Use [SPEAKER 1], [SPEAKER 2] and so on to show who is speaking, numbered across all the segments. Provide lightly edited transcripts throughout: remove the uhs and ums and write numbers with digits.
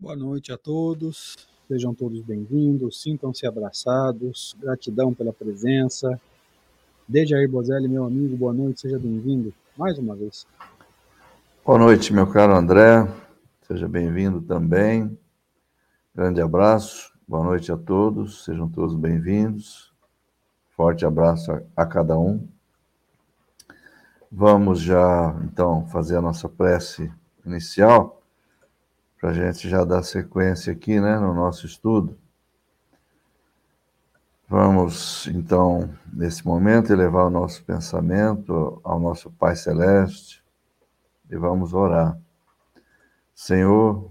[SPEAKER 1] Boa noite a todos, sejam todos bem-vindos, sintam-se abraçados, gratidão pela presença. Dejair Bozelli, meu amigo, boa noite, seja bem-vindo mais uma vez.
[SPEAKER 2] Boa noite, meu caro André, seja bem-vindo também, grande abraço, boa noite a todos, sejam todos bem-vindos, forte abraço a cada um. Vamos já, então, fazer a nossa prece inicial, para a gente já dar sequência aqui, né, no nosso estudo. Vamos, então, nesse momento, elevar o nosso pensamento ao nosso Pai Celeste e vamos orar. Senhor,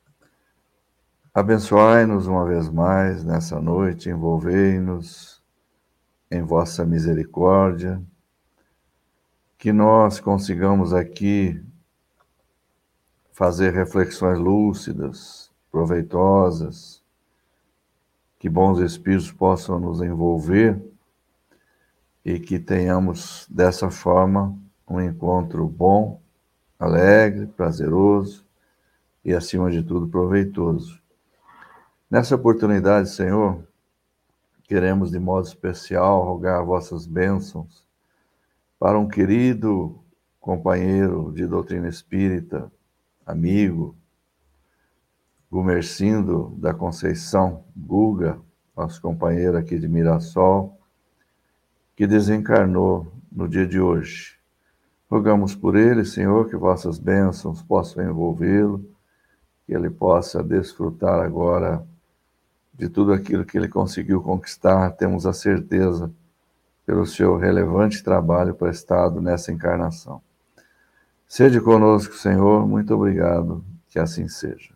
[SPEAKER 2] abençoai-nos uma vez mais nessa noite, envolvei-nos em vossa misericórdia, que nós consigamos aqui fazer reflexões lúcidas, proveitosas, que bons espíritos possam nos envolver e que tenhamos dessa forma um encontro bom, alegre, prazeroso e, acima de tudo, proveitoso. Nessa oportunidade, Senhor, queremos de modo especial rogar vossas bênçãos para um querido companheiro de doutrina espírita, amigo, Gumercindo da Conceição, Guga, nosso companheiro aqui de Mirassol, que desencarnou no dia de hoje. Rogamos por ele, Senhor, que vossas bênçãos possam envolvê-lo, que ele possa desfrutar agora de tudo aquilo que ele conseguiu conquistar. Temos a certeza, pelo seu relevante trabalho prestado nessa encarnação. Sede conosco, Senhor, muito obrigado, que assim seja.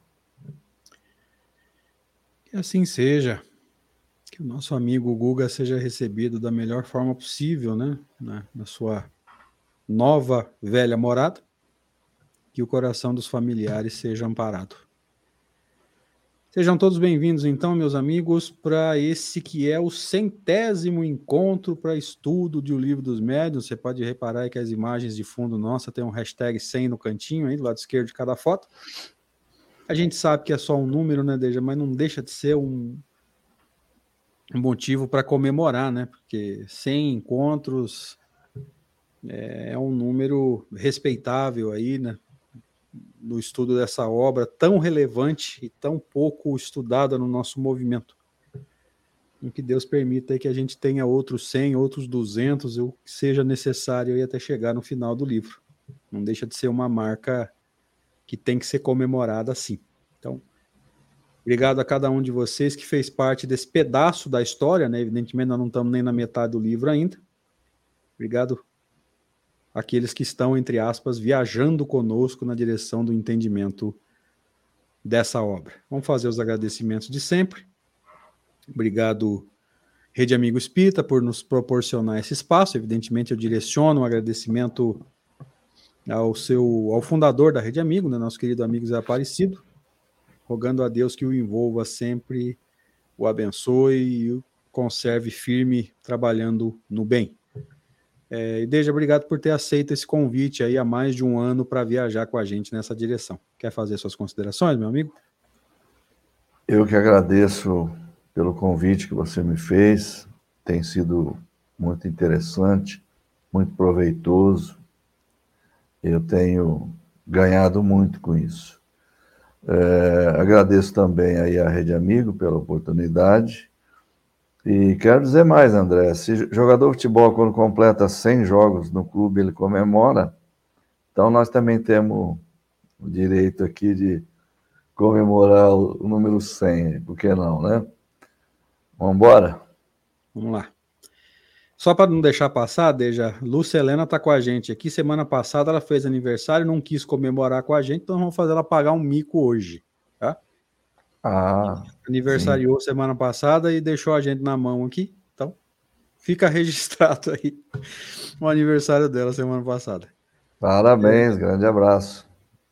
[SPEAKER 1] Que assim seja, que o nosso amigo Guga seja recebido da melhor forma possível, né, na sua nova velha morada, que o coração dos familiares seja amparado. Sejam todos bem-vindos, então, meus amigos, para esse que é o 100º encontro para estudo de O Livro dos Médiuns. Você pode reparar aí que as imagens de fundo nossa tem um hashtag 100 no cantinho, aí, do lado esquerdo de cada foto. A gente sabe que é só um número, né, Deja, mas não deixa de ser um motivo para comemorar, né? Porque 100 encontros é um número respeitável aí, né? No estudo dessa obra tão relevante e tão pouco estudada no nosso movimento. Em que Deus permita que a gente tenha outros 100, outros 200, o que seja necessário aí até chegar no final do livro. Não deixa de ser uma marca que tem que ser comemorada assim. Então, obrigado a cada um de vocês que fez parte desse pedaço da história, né? Evidentemente, nós não estamos nem na metade do livro ainda. Obrigado àqueles que estão, entre aspas, viajando conosco na direção do entendimento dessa obra. Vamos fazer os agradecimentos de sempre. Obrigado, Rede Amigo Espírita, por nos proporcionar esse espaço. Evidentemente, eu direciono um agradecimento ao fundador da Rede Amigo, né, nosso querido amigo Zé Aparecido, rogando a Deus que o envolva sempre, o abençoe e o conserve firme, trabalhando no bem. E Deja, obrigado por ter aceito esse convite aí há mais de um ano para viajar com a gente nessa direção. Quer fazer suas considerações, meu amigo?
[SPEAKER 2] Eu que agradeço pelo convite que você me fez, tem sido muito interessante, muito proveitoso, eu tenho ganhado muito com isso. Agradeço também aí à Rede Amigo pela oportunidade e quero dizer mais, André, se jogador de futebol quando completa 100 jogos no clube ele comemora, então nós também temos o direito aqui de comemorar o número 100, por que não, né? Vamos embora?
[SPEAKER 1] Vamos lá. Só para não deixar passar, Deja, Lúcia Helena está com a gente aqui. Semana passada ela fez aniversário, não quis comemorar com a gente, então vamos fazer ela pagar um mico hoje, tá? Aniversariou sim. Semana passada e deixou a gente na mão aqui, então fica registrado aí o aniversário dela semana passada.
[SPEAKER 2] Parabéns, grande abraço.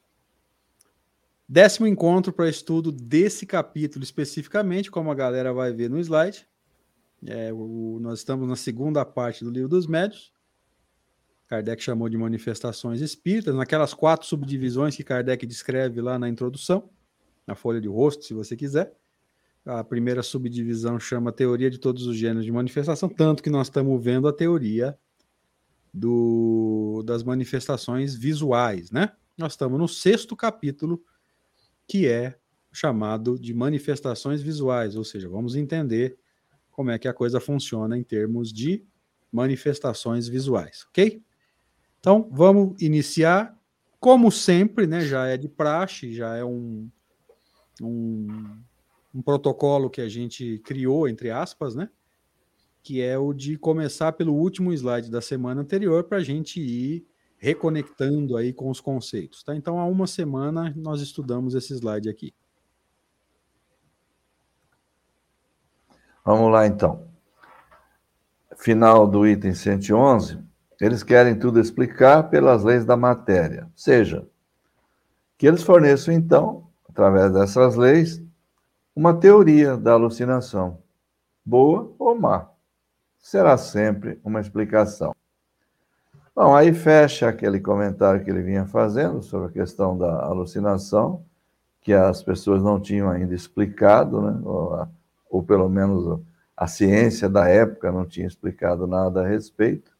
[SPEAKER 1] 10º encontro para estudo desse capítulo especificamente, como a galera vai ver no slide. Nós estamos na segunda parte do Livro dos Médiuns. Kardec chamou de manifestações espíritas, naquelas 4 subdivisões que Kardec descreve lá na introdução, na folha de rosto, se você quiser. A primeira subdivisão chama Teoria de Todos os Gêneros de Manifestação, tanto que nós estamos vendo a teoria das manifestações visuais, né? Nós estamos no 6º capítulo, que é chamado de manifestações visuais, ou seja, vamos entender como é que a coisa funciona em termos de manifestações visuais, ok? Então, vamos iniciar, como sempre, né? Já é de praxe, já é um protocolo que a gente criou, entre aspas, né? Que é o de começar pelo último slide da semana anterior para a gente ir reconectando aí com os conceitos, tá? Então, há uma semana nós estudamos esse slide aqui.
[SPEAKER 2] Vamos lá, então. Final do item 111, eles querem tudo explicar pelas leis da matéria. Ou seja, que eles forneçam, então, através dessas leis, uma teoria da alucinação, boa ou má. Será sempre uma explicação. Bom, aí fecha aquele comentário que ele vinha fazendo sobre a questão da alucinação, que as pessoas não tinham ainda explicado, né? Ou pelo menos a ciência da época não tinha explicado nada a respeito.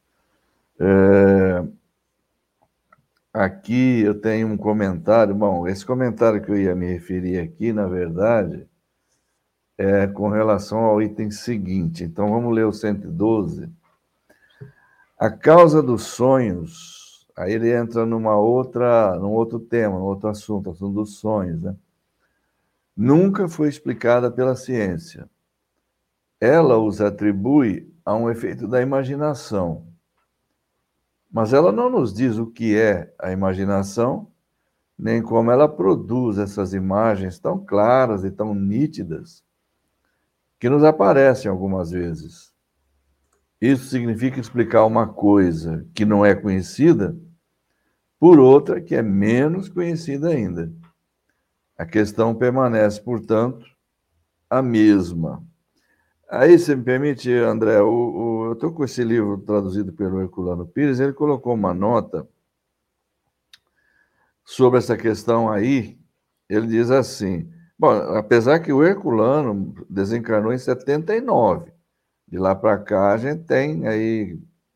[SPEAKER 2] Aqui eu tenho um comentário, bom, esse comentário que eu ia me referir aqui, na verdade, é com relação ao item seguinte. Então, vamos ler o 112. A causa dos sonhos, aí ele entra num outro tema, num outro assunto, o assunto dos sonhos, né? Nunca foi explicada pela ciência. Ela os atribui a um efeito da imaginação. Mas ela não nos diz o que é a imaginação, nem como ela produz essas imagens tão claras e tão nítidas que nos aparecem algumas vezes. Isso significa explicar uma coisa que não é conhecida por outra que é menos conhecida ainda. A questão permanece, portanto, a mesma. Aí, se me permite, André, eu estou com esse livro traduzido pelo Herculano Pires, ele colocou uma nota sobre essa questão aí. Ele diz assim, bom, apesar que o Herculano desencarnou em 79, de lá para cá a gente tem aí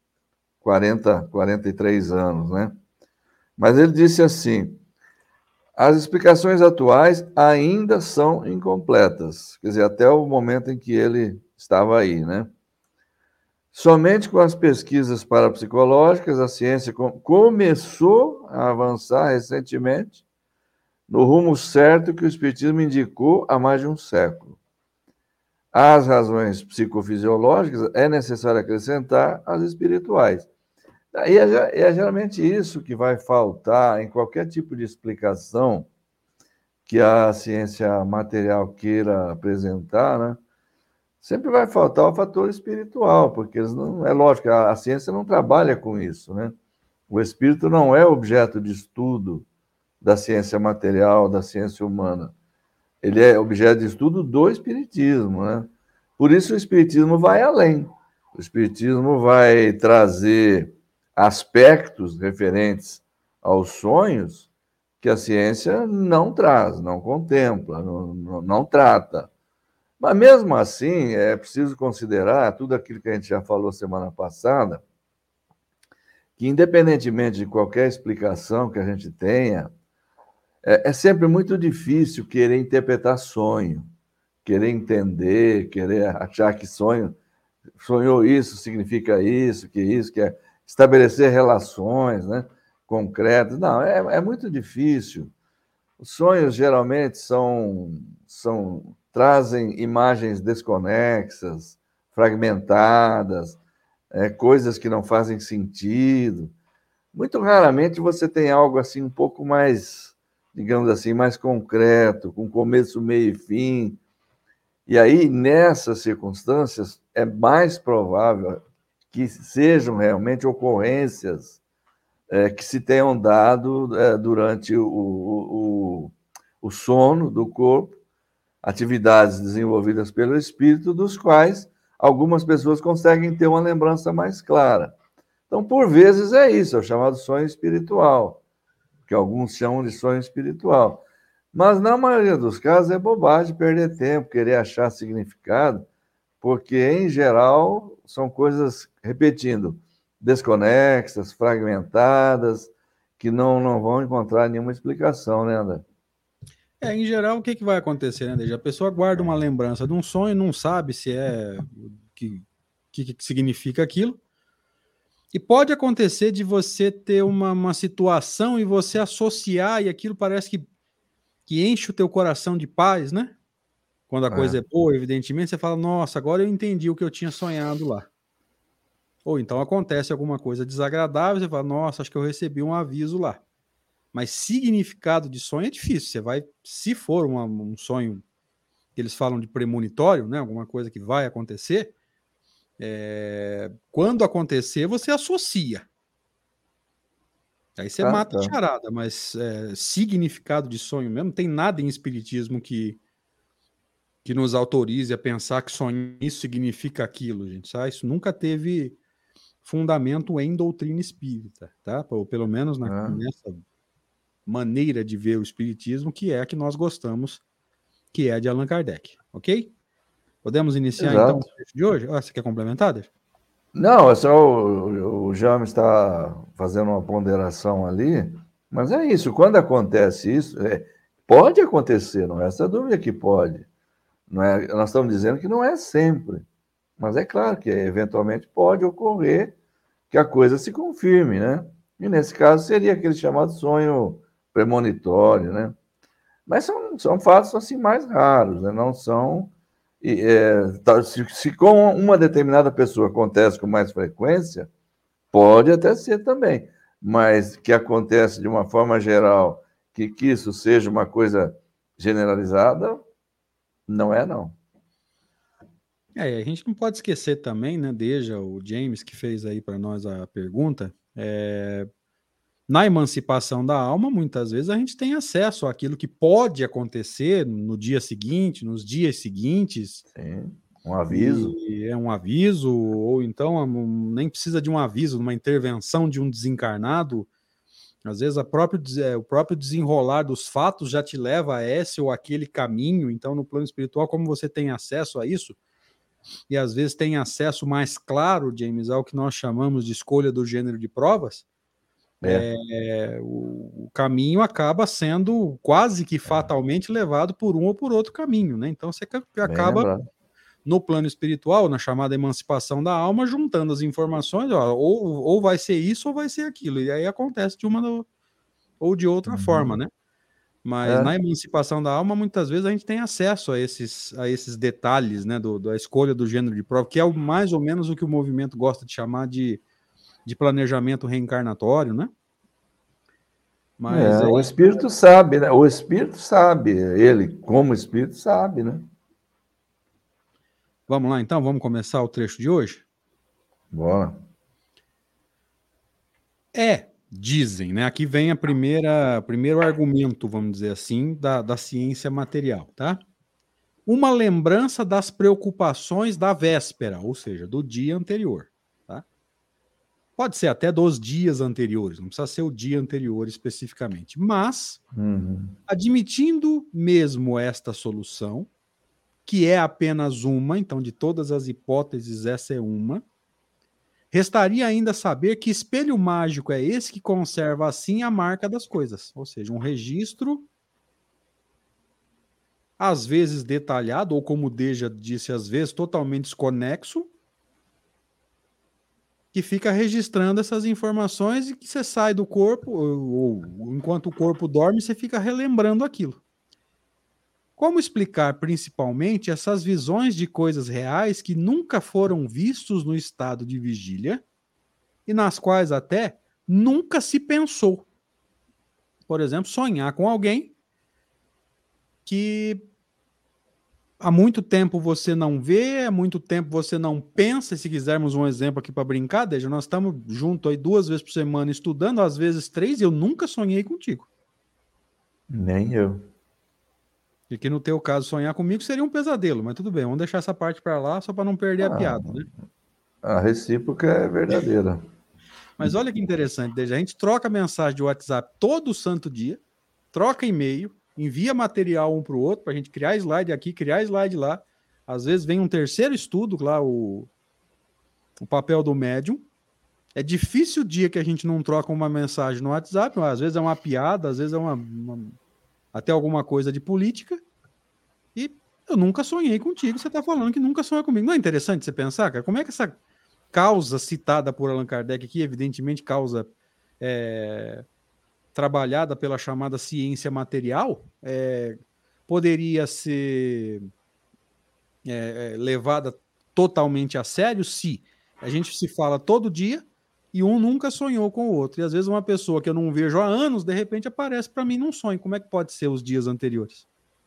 [SPEAKER 2] 43 anos, né? Mas ele disse assim, as explicações atuais ainda são incompletas, quer dizer, até o momento em que ele estava aí, né? Somente com as pesquisas parapsicológicas, a ciência começou a avançar recentemente no rumo certo que o Espiritismo indicou há mais de um século. Às razões psicofisiológicas, é necessário acrescentar as espirituais. E é geralmente isso que vai faltar em qualquer tipo de explicação que a ciência material queira apresentar, né? Sempre vai faltar o fator espiritual, porque não, é lógico, a ciência não trabalha com isso, né? O espírito não é objeto de estudo da ciência material, da ciência humana. Ele é objeto de estudo do espiritismo, né? Por isso o espiritismo vai além. O espiritismo vai trazer aspectos referentes aos sonhos que a ciência não traz, não contempla, não trata. Mas mesmo assim, é preciso considerar tudo aquilo que a gente já falou semana passada, que independentemente de qualquer explicação que a gente tenha, é sempre muito difícil querer interpretar sonho, querer entender, querer achar que sonhou isso, significa isso, que é estabelecer relações, né, concretas. Não, é muito difícil. Os sonhos geralmente trazem imagens desconexas, fragmentadas, coisas que não fazem sentido. Muito raramente você tem algo assim um pouco mais, digamos assim, mais concreto, com começo, meio e fim. E aí, nessas circunstâncias, é mais provável que sejam realmente ocorrências que se tenham dado durante o sono do corpo, atividades desenvolvidas pelo espírito, dos quais algumas pessoas conseguem ter uma lembrança mais clara. Então, por vezes é isso, é o chamado sonho espiritual, que alguns chamam de sonho espiritual. Mas na maioria dos casos é bobagem perder tempo, querer achar significado, porque, em geral, são coisas, repetindo, desconexas, fragmentadas, que não vão encontrar nenhuma explicação, né, André?
[SPEAKER 1] Em geral, o que vai acontecer, né, Deja? A pessoa guarda uma lembrança de um sonho e não sabe se é que significa aquilo. E pode acontecer de você ter uma situação e você associar, e aquilo parece que enche o teu coração de paz, né? Quando a coisa é boa, evidentemente, você fala, nossa, agora eu entendi o que eu tinha sonhado lá. Ou então acontece alguma coisa desagradável, você fala, nossa, acho que eu recebi um aviso lá. Mas significado de sonho é difícil. Você vai, se for um sonho que eles falam de premonitório, né? Alguma coisa que vai acontecer, quando acontecer, você associa. Aí você mata a charada, mas significado de sonho mesmo, não tem nada em espiritismo que nos autorize a pensar que sonho isso significa aquilo, gente. Sabe? Isso nunca teve fundamento em doutrina espírita, tá? Ou pelo menos nessa maneira de ver o espiritismo, que é a que nós gostamos, que é a de Allan Kardec, ok? Podemos iniciar, então, o texto de hoje? Você quer complementar, Deixa?
[SPEAKER 2] Não, é só o James está fazendo uma ponderação ali, mas é isso, quando acontece isso, pode acontecer, não é essa dúvida que pode. Não é, nós estamos dizendo que não é sempre, mas é claro que eventualmente pode ocorrer que a coisa se confirme, né? E nesse caso seria aquele chamado sonho premonitório, né? Mas são fatos assim mais raros, né? Não são. Se com uma determinada pessoa acontece com mais frequência, pode até ser também, mas que acontece de uma forma geral, que isso seja uma coisa generalizada, não é, não.
[SPEAKER 1] A gente não pode esquecer também, né, Deja, o James que fez aí para nós a pergunta, na emancipação da alma, muitas vezes a gente tem acesso àquilo que pode acontecer no dia seguinte, nos dias seguintes.
[SPEAKER 2] Sim, um aviso.
[SPEAKER 1] E é um aviso, ou então nem precisa de um aviso, uma intervenção de um desencarnado. Às vezes o próprio desenrolar dos fatos já te leva a esse ou aquele caminho. Então, no plano espiritual, como você tem acesso a isso, e às vezes tem acesso mais claro, James, ao que nós chamamos de escolha do gênero de provas, o caminho acaba sendo quase que fatalmente levado por um ou por outro caminho, né? Então você acaba, no plano espiritual, na chamada emancipação da alma, juntando as informações, ou vai ser isso ou vai ser aquilo, e aí acontece de uma ou de outra forma, né? Mas na emancipação da alma, muitas vezes a gente tem acesso a esses detalhes, né, da escolha do gênero de prova, que é mais ou menos o que o movimento gosta de chamar de planejamento reencarnatório, né? Mas
[SPEAKER 2] o espírito sabe, né? O espírito sabe, ele, como espírito, sabe, né?
[SPEAKER 1] Vamos lá, então? Vamos começar o trecho de hoje?
[SPEAKER 2] Bora.
[SPEAKER 1] Dizem, né? Aqui vem primeiro argumento, vamos dizer assim, da ciência material, tá? Uma lembrança das preocupações da véspera, ou seja, do dia anterior, tá? Pode ser até dos dias anteriores, não precisa ser o dia anterior especificamente, mas, admitindo mesmo esta solução, que é apenas uma, então de todas as hipóteses essa é uma, restaria ainda saber que espelho mágico é esse que conserva assim a marca das coisas, ou seja, um registro às vezes detalhado, ou como o Deja disse, às vezes totalmente desconexo, que fica registrando essas informações e que você sai do corpo, ou enquanto o corpo dorme, você fica relembrando aquilo. Como explicar principalmente essas visões de coisas reais que nunca foram vistos no estado de vigília e nas quais até nunca se pensou? Por exemplo, sonhar com alguém que há muito tempo você não vê, há muito tempo você não pensa. Se quisermos um exemplo aqui para brincar, Deja, nós estamos juntos aí 2 vezes por semana estudando, às vezes 3, e eu nunca sonhei contigo.
[SPEAKER 2] Nem eu.
[SPEAKER 1] E que no teu caso sonhar comigo seria um pesadelo, mas tudo bem, vamos deixar essa parte para lá só para não perder a piada, né?
[SPEAKER 2] A recíproca é verdadeira.
[SPEAKER 1] Mas olha que interessante, Deja, a gente troca mensagem de WhatsApp todo santo dia, troca e-mail, envia material um para o outro, para a gente criar slide aqui, criar slide lá. Às vezes vem um terceiro estudo lá, o papel do médium. É difícil o dia que a gente não troca uma mensagem no WhatsApp, às vezes é uma piada, às vezes é até alguma coisa de política, e eu nunca sonhei contigo, você está falando que nunca sonhou comigo. Não é interessante você pensar, cara? Como é que essa causa citada por Allan Kardec aqui, evidentemente causa trabalhada pela chamada ciência material, poderia ser levada totalmente a sério se a gente se fala todo dia e um nunca sonhou com o outro. E às vezes uma pessoa que eu não vejo há anos, de repente aparece para mim num sonho. Como é que pode ser os dias anteriores?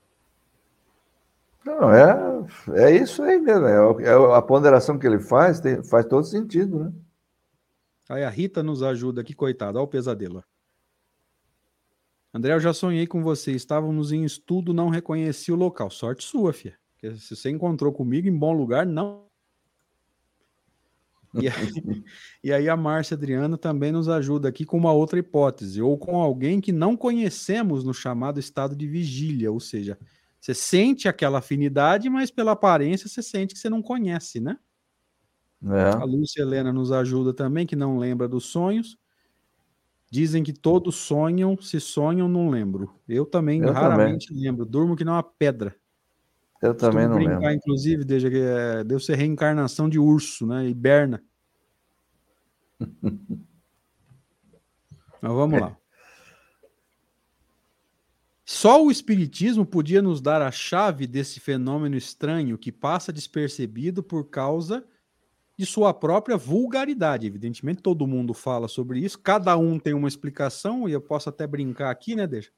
[SPEAKER 2] Não, é isso aí mesmo. A ponderação que ele faz faz todo sentido, né?
[SPEAKER 1] Aí a Rita nos ajuda aqui, coitada, olha o pesadelo. André, eu já sonhei com você. Estávamos em estudo, não reconheci o local. Sorte sua, filha. Porque se você encontrou comigo em bom lugar, não. E aí a Márcia Adriano também nos ajuda aqui com uma outra hipótese, ou com alguém que não conhecemos no chamado estado de vigília, ou seja, você sente aquela afinidade, mas pela aparência você sente que você não conhece, né? A Lúcia Helena nos ajuda também, que não lembra dos sonhos. Dizem que todos sonham, se sonham, não lembro. Eu também raramente lembro, durmo que não uma pedra.
[SPEAKER 2] Eu também não lembro.
[SPEAKER 1] Inclusive, deve ser reencarnação de urso, né? Hiberna. Mas vamos lá. Só o espiritismo podia nos dar a chave desse fenômeno estranho que passa despercebido por causa de sua própria vulgaridade. Evidentemente, todo mundo fala sobre isso, cada um tem uma explicação, e eu posso até brincar aqui, né, Deixa?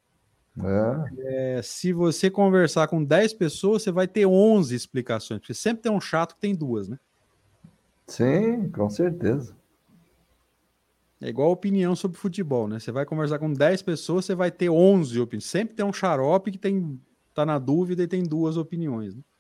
[SPEAKER 1] Se você conversar com 10 pessoas, você vai ter 11 explicações, porque sempre tem um chato que tem 2, né? Sim,
[SPEAKER 2] com certeza.
[SPEAKER 1] É igual opinião sobre futebol, né? Você vai conversar com 10 pessoas, você vai ter 11 opiniões. Sempre tem um xarope que tá na dúvida e tem 2 opiniões, né?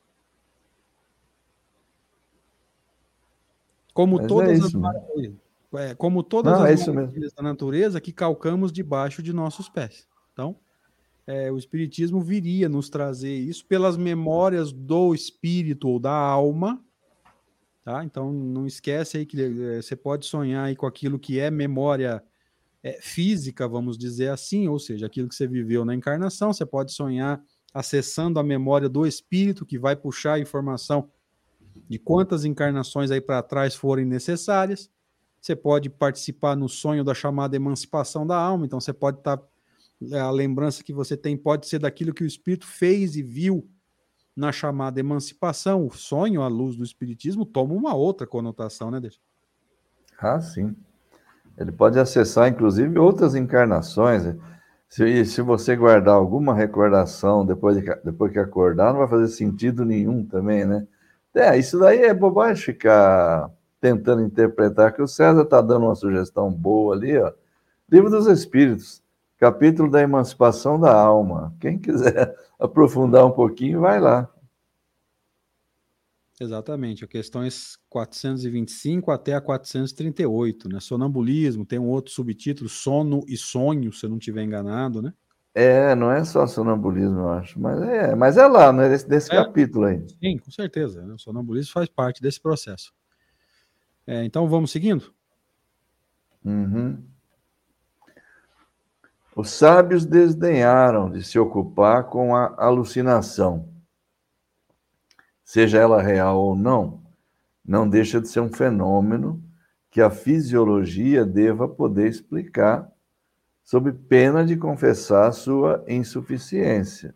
[SPEAKER 1] Como todas as maravilhas da natureza que calcamos debaixo de nossos pés. Então, o Espiritismo viria nos trazer isso pelas memórias do espírito ou da alma, tá? Então, não esquece aí que você pode sonhar aí com aquilo que é memória física, vamos dizer assim, ou seja, aquilo que você viveu na encarnação. Você pode sonhar acessando a memória do espírito, que vai puxar a informação de quantas encarnações aí para trás forem necessárias. Você pode participar no sonho da chamada emancipação da alma, então você pode estar a lembrança que você tem pode ser daquilo que o espírito fez e viu na chamada emancipação. O sonho, à luz do espiritismo, toma uma outra conotação, né, Deixa?
[SPEAKER 2] Sim. Ele pode acessar, inclusive, outras encarnações. Se você guardar alguma recordação depois que acordar, não vai fazer sentido nenhum também, né? Isso daí é bobagem ficar tentando interpretar, que o César está dando uma sugestão boa ali, ó. Livro dos Espíritos, capítulo da emancipação da alma. Quem quiser aprofundar um pouquinho, vai lá.
[SPEAKER 1] Exatamente, questões 425 até a 438, né? Sonambulismo, tem um outro subtítulo, sono e sonho, se eu não estiver enganado, né?
[SPEAKER 2] Não é só sonambulismo, eu acho, mas é lá, né? Desse capítulo aí.
[SPEAKER 1] Sim, com certeza, né? O sonambulismo faz parte desse processo. Então, vamos seguindo?
[SPEAKER 2] Uhum. Os sábios desdenharam de se ocupar com a alucinação. Seja ela real ou não deixa de ser um fenômeno que a fisiologia deva poder explicar, sob pena de confessar sua insuficiência.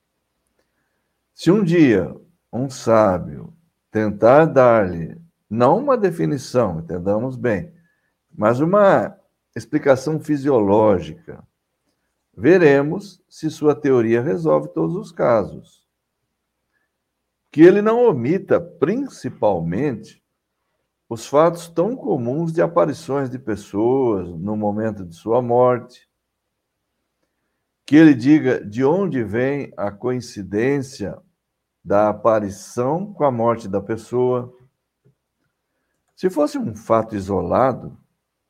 [SPEAKER 2] Se um dia um sábio tentar dar-lhe, não uma definição, entendamos bem, mas uma explicação fisiológica, veremos se sua teoria resolve todos os casos. Que ele não omita, principalmente, os fatos tão comuns de aparições de pessoas no momento de sua morte. Que ele diga de onde vem a coincidência da aparição com a morte da pessoa. Se fosse um fato isolado,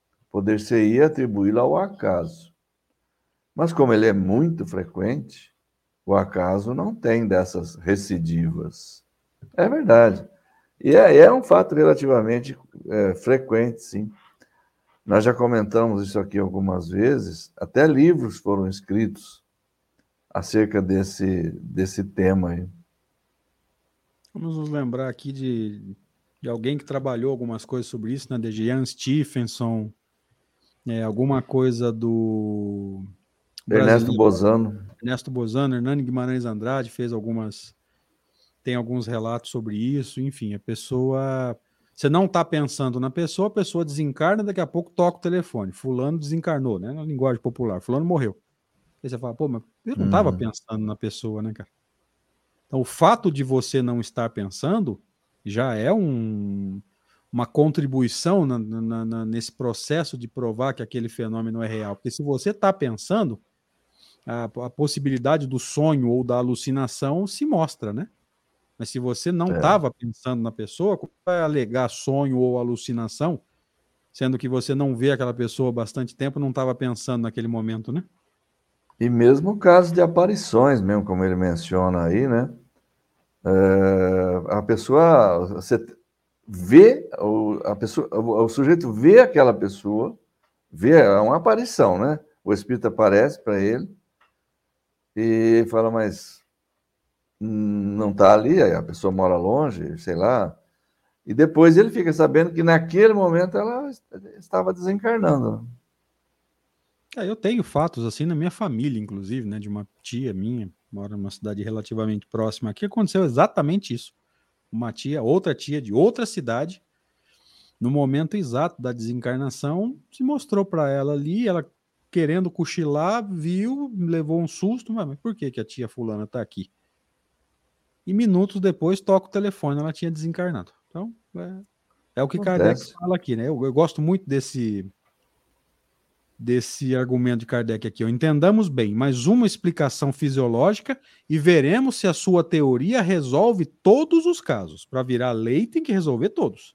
[SPEAKER 2] poder-se-ia atribuí-lo ao acaso. Mas como ele é muito frequente, O acaso não tem dessas recidivas. É verdade. E é um fato relativamente frequente, sim. Nós já comentamos isso aqui algumas vezes, até livros foram escritos acerca desse tema aí.
[SPEAKER 1] Vamos nos lembrar aqui de alguém que trabalhou algumas coisas sobre isso, né? De Ian Stephenson, alguma coisa do
[SPEAKER 2] Ernesto
[SPEAKER 1] brasileiro
[SPEAKER 2] Bozano.
[SPEAKER 1] Ernesto Bozano, Hernani Guimarães Andrade tem alguns relatos sobre isso, enfim, a pessoa, você não está pensando na pessoa, a pessoa desencarna, daqui a pouco toca o telefone, fulano desencarnou, né, na linguagem popular, fulano morreu. Aí você fala, pô, mas eu não estava pensando na pessoa, né, cara? Então, o fato de você não estar pensando já é uma contribuição nesse processo de provar que aquele fenômeno é real. Porque se você está pensando, a possibilidade do sonho ou da alucinação se mostra, né? Mas se você não estava pensando na pessoa, como vai alegar sonho ou alucinação, sendo que você não vê aquela pessoa há bastante tempo, não estava pensando naquele momento, né?
[SPEAKER 2] E mesmo o caso de aparições, mesmo como ele menciona aí, né? A pessoa, você vê, o sujeito vê aquela pessoa, vê, é uma aparição, né? O espírito aparece para ele e fala, mas não está ali, aí a pessoa mora longe, sei lá. E depois ele fica sabendo que naquele momento ela estava desencarnando.
[SPEAKER 1] Eu tenho fatos assim na minha família, inclusive, né? De uma tia minha, mora numa cidade relativamente próxima aqui, aconteceu exatamente isso. Uma tia, outra tia de outra cidade, no momento exato da desencarnação, se mostrou para ela ali, ela querendo cochilar, viu, levou um susto, mas por que a tia fulana está aqui? E minutos depois toca o telefone, ela tinha desencarnado. Então, é o que Kardec
[SPEAKER 2] Acontece.
[SPEAKER 1] fala aqui, né? Eu gosto muito desse argumento de Kardec aqui. Entendamos bem, mais uma explicação fisiológica e veremos se a sua teoria resolve todos os casos. Para virar lei, tem que resolver todos.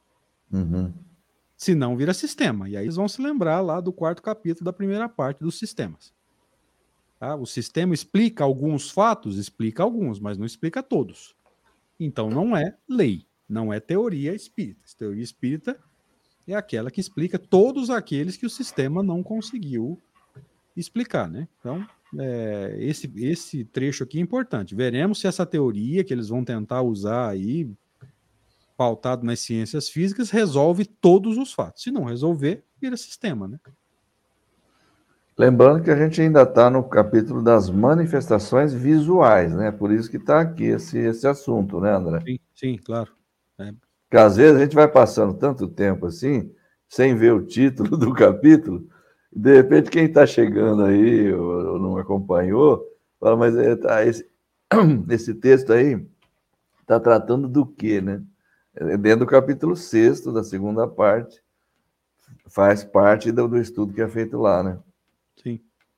[SPEAKER 1] Se não, vira sistema. E aí eles vão se lembrar lá do 4º capítulo da primeira parte dos sistemas. Tá? O sistema explica alguns fatos, explica alguns, mas não explica todos. Então não é lei, não é teoria espírita. A teoria espírita é aquela que explica todos aqueles que o sistema não conseguiu explicar, né? Então, esse trecho aqui é importante. Veremos se essa teoria que eles vão tentar usar aí, pautado nas ciências físicas, resolve todos os fatos. Se não resolver, vira sistema, né?
[SPEAKER 2] Lembrando que a gente ainda está no capítulo das manifestações visuais, né? Por isso que está aqui esse assunto, né, André?
[SPEAKER 1] Sim, claro.
[SPEAKER 2] Porque às vezes a gente vai passando tanto tempo assim, sem ver o título do capítulo, e de repente quem está chegando aí ou não acompanhou, fala, mas esse texto aí está tratando do quê, né? Dentro do capítulo 6º, da segunda parte, faz parte do estudo que é feito lá, né?
[SPEAKER 1] Sim.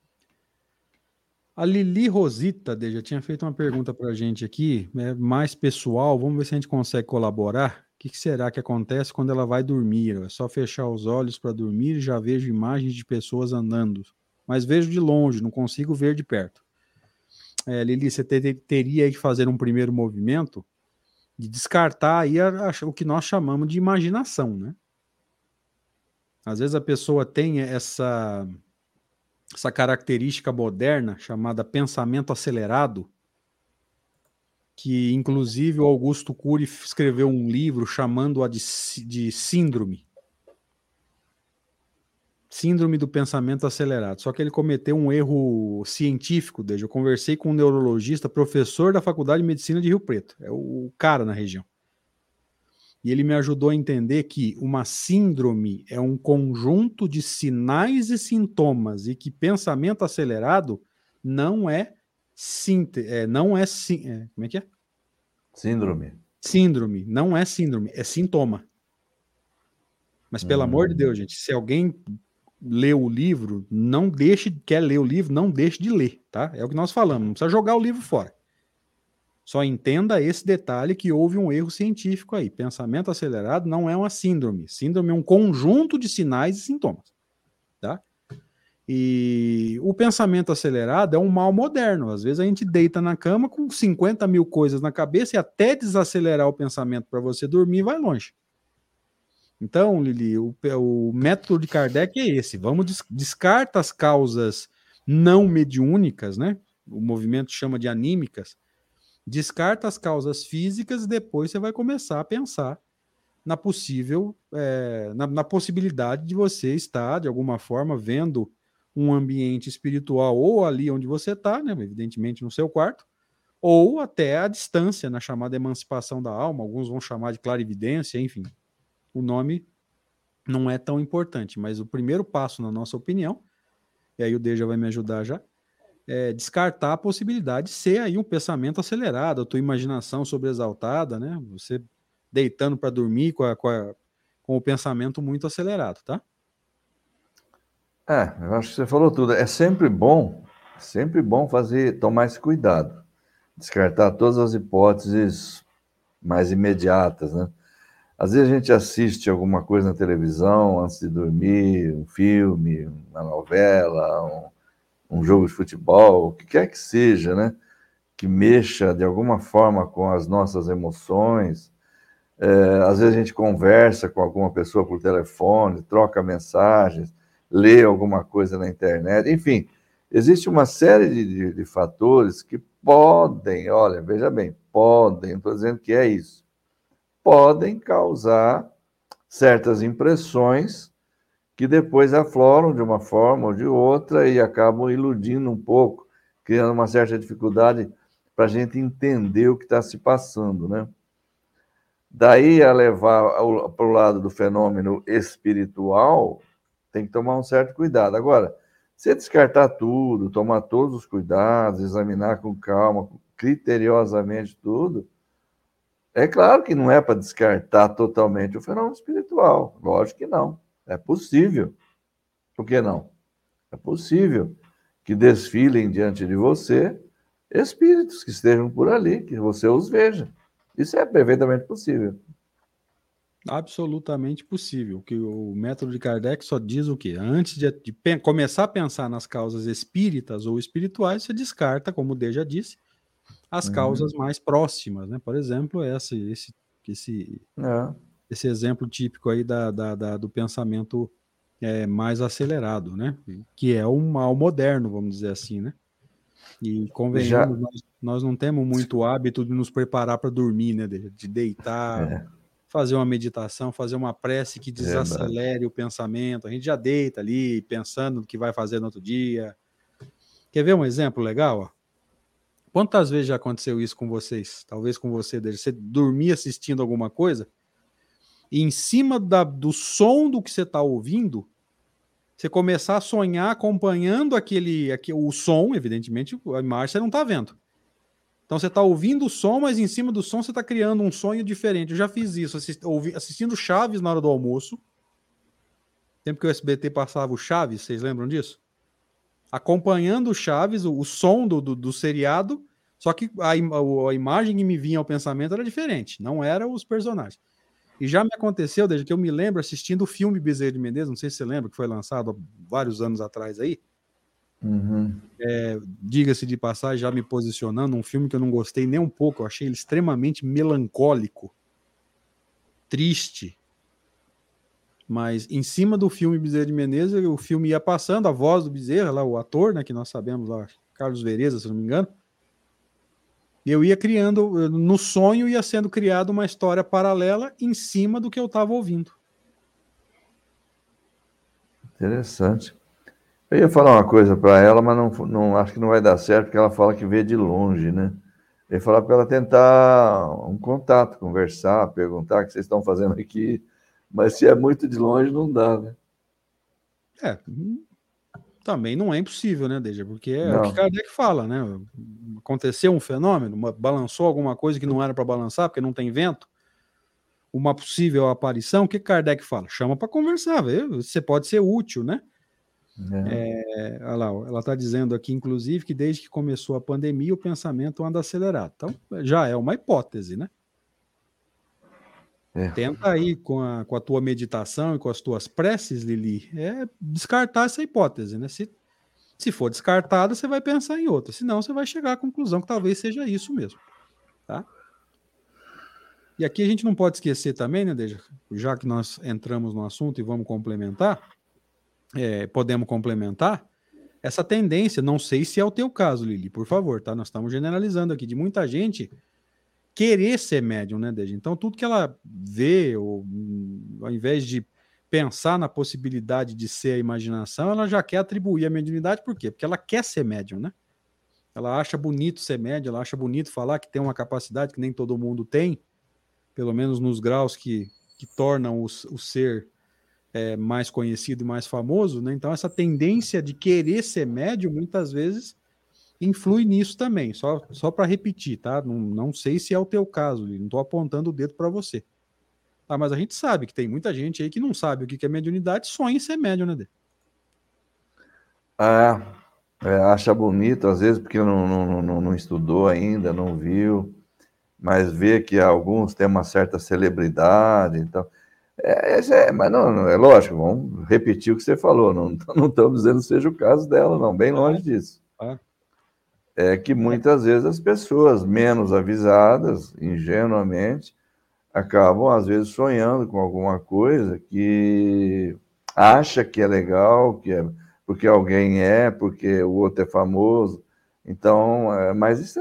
[SPEAKER 1] A Lili Rosita já tinha feito uma pergunta para a gente aqui, mais pessoal, vamos ver se a gente consegue colaborar. O que será que acontece quando ela vai dormir? É só fechar os olhos para dormir e já vejo imagens de pessoas andando, mas vejo de longe, não consigo ver de perto. Lili, você teria que fazer um primeiro movimento de descartar aí o que nós chamamos de imaginação, né? Às vezes a pessoa tem essa característica moderna chamada pensamento acelerado, que inclusive o Augusto Cury escreveu um livro chamando-a de síndrome. Síndrome do pensamento acelerado. Só que ele cometeu um erro científico, eu conversei com um neurologista, professor da Faculdade de Medicina de Rio Preto, é o cara na região. E ele me ajudou a entender que uma síndrome é um conjunto de sinais e sintomas e que pensamento acelerado não é como é que é?
[SPEAKER 2] Síndrome.
[SPEAKER 1] Síndrome, não é síndrome, é sintoma. Mas pelo amor de Deus, gente, se alguém leu o livro, quer ler o livro, não deixe de ler, tá? É o que nós falamos, não precisa jogar o livro fora. Só entenda esse detalhe que houve um erro científico aí. Pensamento acelerado não é uma síndrome. Síndrome é um conjunto de sinais e sintomas, tá? E o pensamento acelerado é um mal moderno. Às vezes a gente deita na cama com 50 mil coisas na cabeça e até desacelerar o pensamento para você dormir vai longe. Então, Lili, o método de Kardec é esse. Vamos descarta as causas não mediúnicas, né? O movimento chama de anímicas. Descarta as causas físicas e depois você vai começar a pensar na possível, na possibilidade de você estar, de alguma forma, vendo um ambiente espiritual ou ali onde você está, né? Evidentemente no seu quarto, ou até à distância, na chamada emancipação da alma. Alguns vão chamar de clarividência, enfim. O nome não é tão importante, mas o primeiro passo, na nossa opinião, e aí o Deja vai me ajudar já, é descartar a possibilidade de ser aí um pensamento acelerado, a tua imaginação sobreexaltada, né? Você deitando para dormir com o pensamento muito acelerado, tá?
[SPEAKER 2] Eu acho que você falou tudo. É sempre bom tomar esse cuidado, descartar todas as hipóteses mais imediatas, né? Às vezes a gente assiste alguma coisa na televisão antes de dormir, um filme, uma novela, um jogo de futebol, o que quer que seja, né? Que mexa de alguma forma com as nossas emoções. Às vezes a gente conversa com alguma pessoa por telefone, troca mensagens, lê alguma coisa na internet, enfim, existe uma série de fatores que podem, olha, veja bem, podem, não estou dizendo que é isso, podem causar certas impressões que depois afloram de uma forma ou de outra e acabam iludindo um pouco, criando uma certa dificuldade para a gente entender o que está se passando, né? Daí a levar para o lado do fenômeno espiritual, tem que tomar um certo cuidado. Agora, se descartar tudo, tomar todos os cuidados, examinar com calma, criteriosamente tudo, é claro que não é para descartar totalmente o fenômeno espiritual. Lógico que não. É possível. Por que não? É possível que desfilem diante de você espíritos que estejam por ali, que você os veja. Isso é perfeitamente possível.
[SPEAKER 1] Absolutamente possível. Que o método de Kardec só diz o quê? Antes de começar a pensar nas causas espíritas ou espirituais, você descarta, como o D já disse, as causas mais próximas, né? Por exemplo, esse exemplo típico aí do pensamento mais acelerado, né? Que é um mal moderno, vamos dizer assim, né? E convenhamos,
[SPEAKER 2] Já,
[SPEAKER 1] nós não temos muito hábito de nos preparar para dormir, né? De deitar, fazer uma meditação, fazer uma prece que desacelere o pensamento. A gente já deita ali, pensando no que vai fazer no outro dia. Quer ver um exemplo legal? Ó? Quantas vezes já aconteceu isso com vocês? Talvez com você, você dormir assistindo alguma coisa e em cima do som do que você está ouvindo, você começar a sonhar acompanhando o som, evidentemente, a imagem você não está vendo. Então você está ouvindo o som, mas em cima do som você está criando um sonho diferente. Eu já fiz isso, assistindo Chaves na hora do almoço. Tempo que o SBT passava o Chaves, vocês lembram disso? Acompanhando o Chaves, o som do seriado, só que a imagem que me vinha ao pensamento era diferente, não eram os personagens. E já me aconteceu, desde que eu me lembro, assistindo o filme Bezerra de Menezes, não sei se você lembra, que foi lançado há vários anos atrás aí. Diga-se de passagem, já me posicionando, um filme que eu não gostei nem um pouco, eu achei ele extremamente melancólico, triste. Mas em cima do filme Bezerra de Menezes, o filme ia passando, a voz do Bezerra, lá, o ator, né, que nós sabemos lá, Carlos Vereza, se não me engano, e eu ia criando, no sonho ia sendo criada uma história paralela em cima do que eu estava ouvindo.
[SPEAKER 2] Interessante. Eu ia falar uma coisa para ela, mas não acho que não vai dar certo, porque ela fala que vê de longe, né? Eu ia falar para ela tentar um contato, conversar, perguntar o que vocês estão fazendo aqui, mas se é muito de longe, não dá, né?
[SPEAKER 1] Também não é impossível, né, Deja? Porque é o que
[SPEAKER 2] Não.
[SPEAKER 1] Kardec fala, né? Aconteceu um fenômeno, balançou alguma coisa que não era para balançar, porque não tem vento, uma possível aparição, o que Kardec fala? Chama para conversar, você pode ser útil, né? Olha lá, ela está dizendo aqui, inclusive, que desde que começou a pandemia, o pensamento anda acelerado. Então, já é uma hipótese, né? Tenta aí com a tua meditação e com as tuas preces, Lili, descartar essa hipótese, né? Se for descartada, você vai pensar em outra. Senão, você vai chegar à conclusão que talvez seja isso mesmo, tá? E aqui a gente não pode esquecer também, né, Deja? Já que nós entramos no assunto e vamos complementar, podemos complementar, essa tendência, não sei se é o teu caso, Lili, por favor, tá? Nós estamos generalizando aqui, de muita gente querer ser médium, né, Deja? Então, tudo que ela vê, ao invés de pensar na possibilidade de ser a imaginação, ela já quer atribuir a mediunidade, por quê? Porque ela quer ser médium, né? Ela acha bonito ser médium, ela acha bonito falar que tem uma capacidade que nem todo mundo tem, pelo menos nos graus que tornam o ser mais conhecido e mais famoso, né? Então, essa tendência de querer ser médium, muitas vezes, influi nisso também. Só para repetir, tá? Não sei se é o teu caso, não estou apontando o dedo para você. Tá, mas a gente sabe que tem muita gente aí que não sabe o que é mediunidade, sonha em ser médium, né, Dê?
[SPEAKER 2] Acha bonito, às vezes, porque não estudou ainda, não viu, mas vê que alguns têm uma certa celebridade, então... mas não, é lógico, vamos repetir o que você falou, não estamos dizendo que seja o caso dela, não, bem longe disso. É que muitas vezes as pessoas menos avisadas, ingenuamente, acabam, às vezes, sonhando com alguma coisa que acha que é legal, porque alguém porque o outro é famoso. Então, mas isso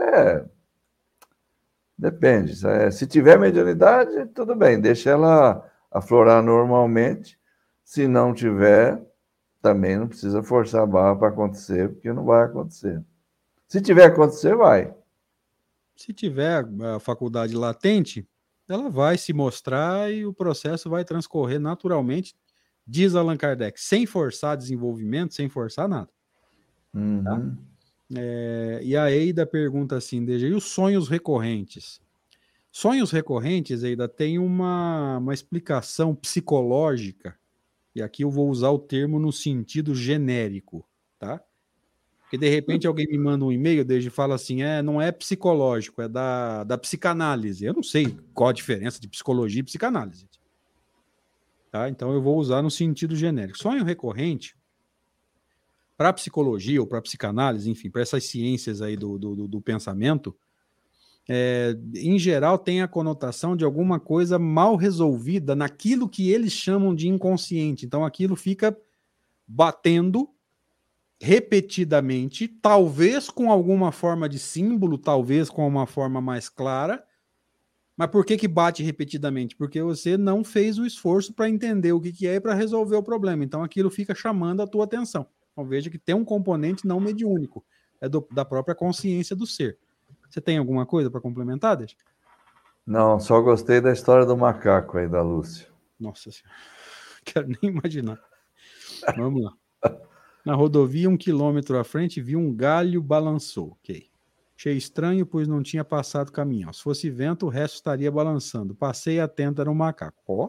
[SPEAKER 2] depende. Se tiver mediunidade, tudo bem, deixa ela aflorar normalmente. Se não tiver, também não precisa forçar a barra para acontecer, porque não vai acontecer. Se tiver acontecer, vai.
[SPEAKER 1] Se tiver a faculdade latente, ela vai se mostrar e o processo vai transcorrer naturalmente, diz Allan Kardec, sem forçar desenvolvimento, sem forçar nada.
[SPEAKER 2] Uhum.
[SPEAKER 1] Tá? E a Eida pergunta assim, e os sonhos recorrentes? Sonhos recorrentes, Eida, tem uma explicação psicológica, e aqui eu vou usar o termo no sentido genérico, tá? Porque de repente alguém me manda um e-mail desde fala assim, não é psicológico, é da psicanálise. Eu não sei qual a diferença de psicologia e psicanálise. Tá? Então eu vou usar no sentido genérico. Sonho recorrente, para a psicologia ou para a psicanálise, enfim, para essas ciências aí do pensamento, em geral tem a conotação de alguma coisa mal resolvida naquilo que eles chamam de inconsciente. Então aquilo fica batendo repetidamente, talvez com alguma forma de símbolo, talvez com uma forma mais clara. Mas por que bate repetidamente? Porque você não fez o esforço para entender o que é e para resolver o problema. Então aquilo fica chamando a tua atenção. Então veja que tem um componente não mediúnico, da própria consciência do ser. Você tem alguma coisa para complementar, Deixa?
[SPEAKER 2] Não, só gostei da história do macaco aí da Lúcia.
[SPEAKER 1] Nossa Senhora, quero nem imaginar. Vamos lá. Na rodovia, 1 quilômetro à frente, vi um galho balançou. Ok. Achei estranho, pois não tinha passado caminhão. Se fosse vento, o resto estaria balançando. Passei atento, era um macaco. Ó.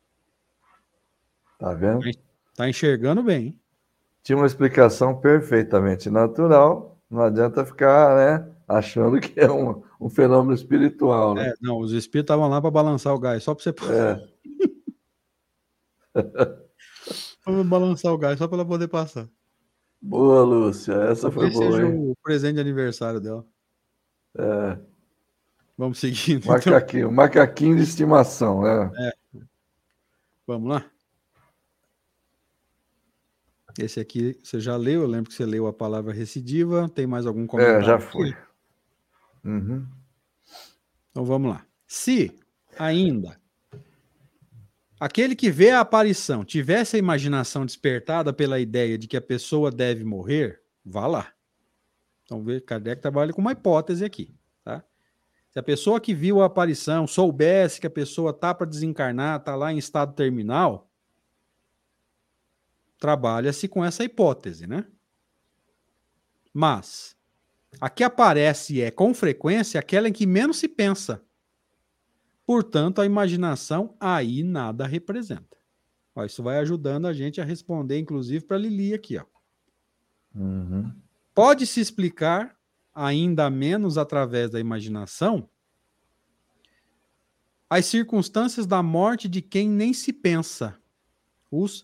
[SPEAKER 2] Tá vendo?
[SPEAKER 1] Tá enxergando bem, hein?
[SPEAKER 2] Tinha uma explicação perfeitamente natural. Não adianta ficar, né, achando que é um fenômeno espiritual, né?
[SPEAKER 1] Não, os espíritos estavam lá para balançar o gás, só para você... Vamos balançar o gás, só para ela poder passar.
[SPEAKER 2] Boa, Lúcia. Essa foi boa,
[SPEAKER 1] seja
[SPEAKER 2] hein?
[SPEAKER 1] o presente de aniversário dela. Vamos seguindo,
[SPEAKER 2] macaquinho, então. Macaquinho de estimação, né?
[SPEAKER 1] Vamos lá? Esse aqui você já leu, eu lembro que você leu a palavra recidiva. Tem mais algum comentário?
[SPEAKER 2] Já foi. Uhum.
[SPEAKER 1] Então vamos lá. Se ainda aquele que vê a aparição tivesse a imaginação despertada pela ideia de que a pessoa deve morrer, vá lá. Então, Kardec trabalha com uma hipótese aqui, tá? Se a pessoa que viu a aparição soubesse que a pessoa está para desencarnar, está lá em estado terminal, trabalha-se com essa hipótese, né? Mas a que aparece com frequência aquela em que menos se pensa. Portanto, a imaginação aí nada representa. Ó, isso vai ajudando a gente a responder, inclusive, para a Lili aqui. Ó.
[SPEAKER 2] Uhum.
[SPEAKER 1] Pode-se explicar, ainda menos através da imaginação, as circunstâncias da morte de quem nem se pensa. Os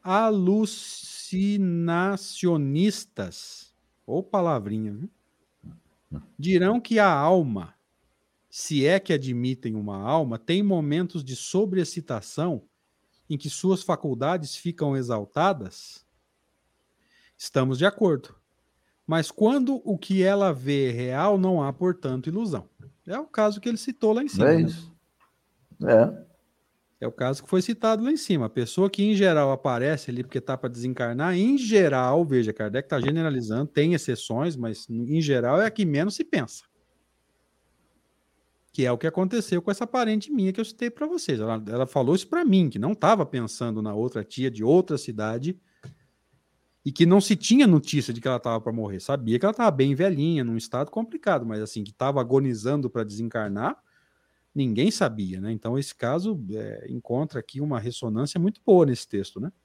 [SPEAKER 1] alucinacionistas, ou palavrinha, viu? Dirão que a alma, se é que admitem uma alma, tem momentos de sobreexcitação em que suas faculdades ficam exaltadas. Estamos de acordo. Mas quando o que ela vê é real, não há, portanto, ilusão. É o caso que ele citou lá em cima.
[SPEAKER 2] É isso.
[SPEAKER 1] Né? É o caso que foi citado lá em cima. A pessoa que, em geral, aparece ali porque está para desencarnar, em geral, veja, Kardec está generalizando, tem exceções, mas, em geral, é a que menos se pensa. Que é o que aconteceu com essa parente minha que eu citei para vocês. Ela falou isso para mim, que não estava pensando na outra tia de outra cidade e que não se tinha notícia de que ela estava para morrer. Sabia que ela estava bem velhinha, num estado complicado, mas assim, que estava agonizando para desencarnar, ninguém sabia, né? Então, esse caso encontra aqui uma ressonância muito boa nesse texto, né?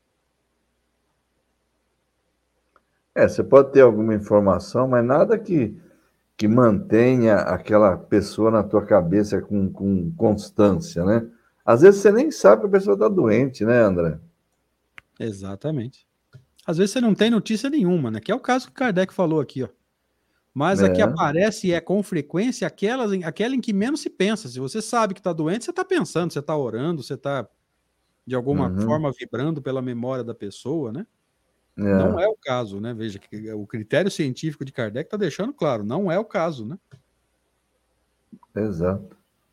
[SPEAKER 2] Você pode ter alguma informação, mas nada que mantenha aquela pessoa na tua cabeça com constância, né? Às vezes você nem sabe que a pessoa está doente, né, André?
[SPEAKER 1] Exatamente. Às vezes você não tem notícia nenhuma, né? Que é o caso que Kardec falou aqui, ó. Mas a que aparece com frequência aquela em que menos se pensa. Se você sabe que está doente, você está pensando, você está orando, você está, de alguma forma, vibrando pela memória da pessoa, né? Não é o caso, né? Veja, que o critério científico de Kardec está deixando claro, não é o caso, né?
[SPEAKER 2] Exato.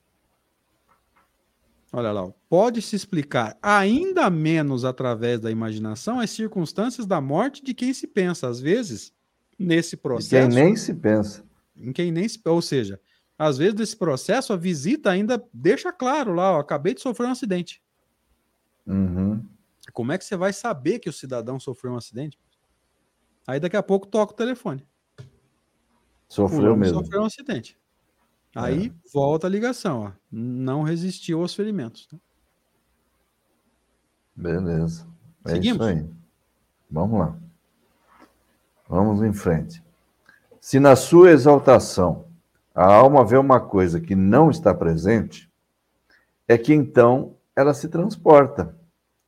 [SPEAKER 1] Olha lá, pode-se explicar ainda menos através da imaginação as circunstâncias da morte de quem se pensa. Às vezes, nesse processo...
[SPEAKER 2] De quem nem se pensa.
[SPEAKER 1] Em quem nem se... Ou seja, às vezes nesse processo a visita ainda deixa claro lá, ó, acabei de sofrer um acidente. Como é que você vai saber que o cidadão sofreu um acidente? Aí daqui a pouco toca o telefone.
[SPEAKER 2] Sofreu mesmo.
[SPEAKER 1] Sofreu um acidente. Aí volta a ligação, ó. Não resistiu aos ferimentos.
[SPEAKER 2] Beleza.
[SPEAKER 1] Seguimos?
[SPEAKER 2] Isso aí. Vamos lá. Vamos em frente. Se na sua exaltação a alma vê uma coisa que não está presente, é que então ela se transporta.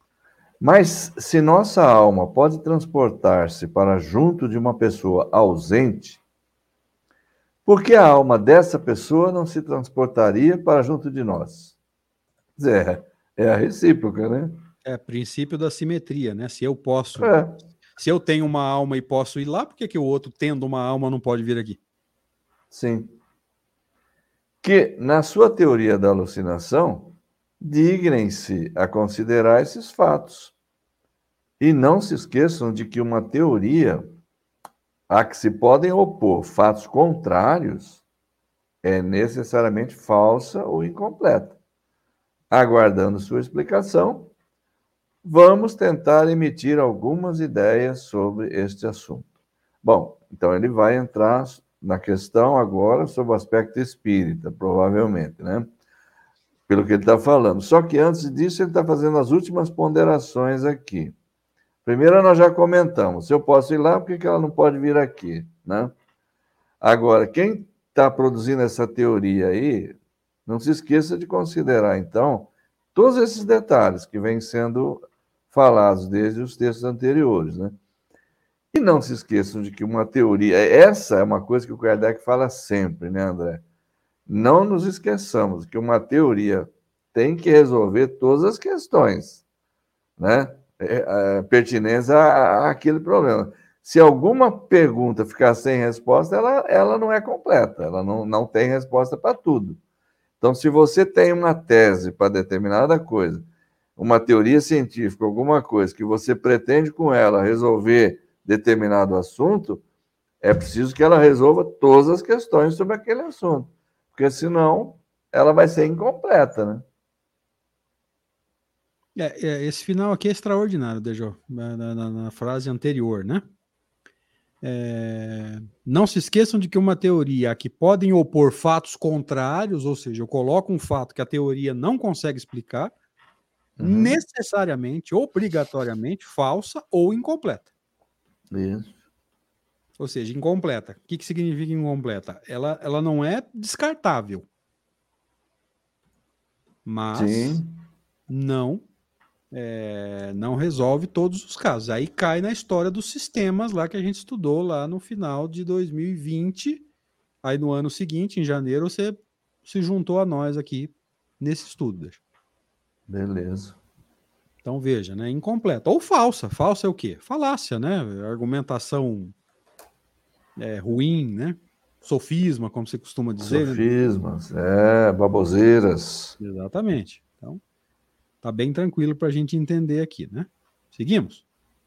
[SPEAKER 2] Mas se nossa alma pode transportar-se para junto de uma pessoa ausente, por que a alma dessa pessoa não se transportaria para junto de nós? É a recíproca, né?
[SPEAKER 1] É princípio da simetria, né? Se eu posso, se eu tenho uma alma e posso ir lá, por que o outro, tendo uma alma, não pode vir aqui?
[SPEAKER 2] Sim. Que, na sua teoria da alucinação, dignem-se a considerar esses fatos. E não se esqueçam de que uma teoria a que se podem opor fatos contrários é necessariamente falsa ou incompleta. Aguardando sua explicação, vamos tentar emitir algumas ideias sobre este assunto. Bom, então ele vai entrar na questão agora sobre o aspecto espírita, provavelmente, né? Pelo que ele está falando. Só que antes disso, ele está fazendo as últimas ponderações aqui. Primeiro, nós já comentamos. Se eu posso ir lá, por que ela não pode vir aqui, né? Agora, quem está produzindo essa teoria aí, não se esqueça de considerar, então, todos esses detalhes que vêm sendo falados desde os textos anteriores, né? E não se esqueçam de que uma teoria... Essa é uma coisa que o Kardec fala sempre, né, André? Não nos esqueçamos que uma teoria tem que resolver todas as questões, né? Pertinentes àquele problema. Se alguma pergunta ficar sem resposta, ela não é completa, ela não tem resposta para tudo. Então, se você tem uma tese para determinada coisa, uma teoria científica, alguma coisa que você pretende com ela resolver determinado assunto, é preciso que ela resolva todas as questões sobre aquele assunto, porque senão ela vai ser incompleta, né?
[SPEAKER 1] Esse final aqui é extraordinário, Dejô, na frase anterior, né? Não se esqueçam de que uma teoria a que podem opor fatos contrários, ou seja, eu coloco um fato que a teoria não consegue explicar, necessariamente, obrigatoriamente, falsa ou incompleta.
[SPEAKER 2] Isso.
[SPEAKER 1] Ou seja, incompleta. O que significa incompleta? Ela não é descartável. mas não resolve todos os casos. Aí cai na história dos sistemas lá que a gente estudou lá no final de 2020. Aí no ano seguinte, em janeiro, você se juntou a nós aqui nesse estudo.
[SPEAKER 2] Beleza.
[SPEAKER 1] Então veja, né? Incompleta. Ou falsa. Falsa é o quê? Falácia, né? Argumentação ruim, né? Sofisma, como você costuma dizer.
[SPEAKER 2] Sofismas, baboseiras.
[SPEAKER 1] Exatamente. Então, tá bem tranquilo para a gente entender aqui, né? Seguimos?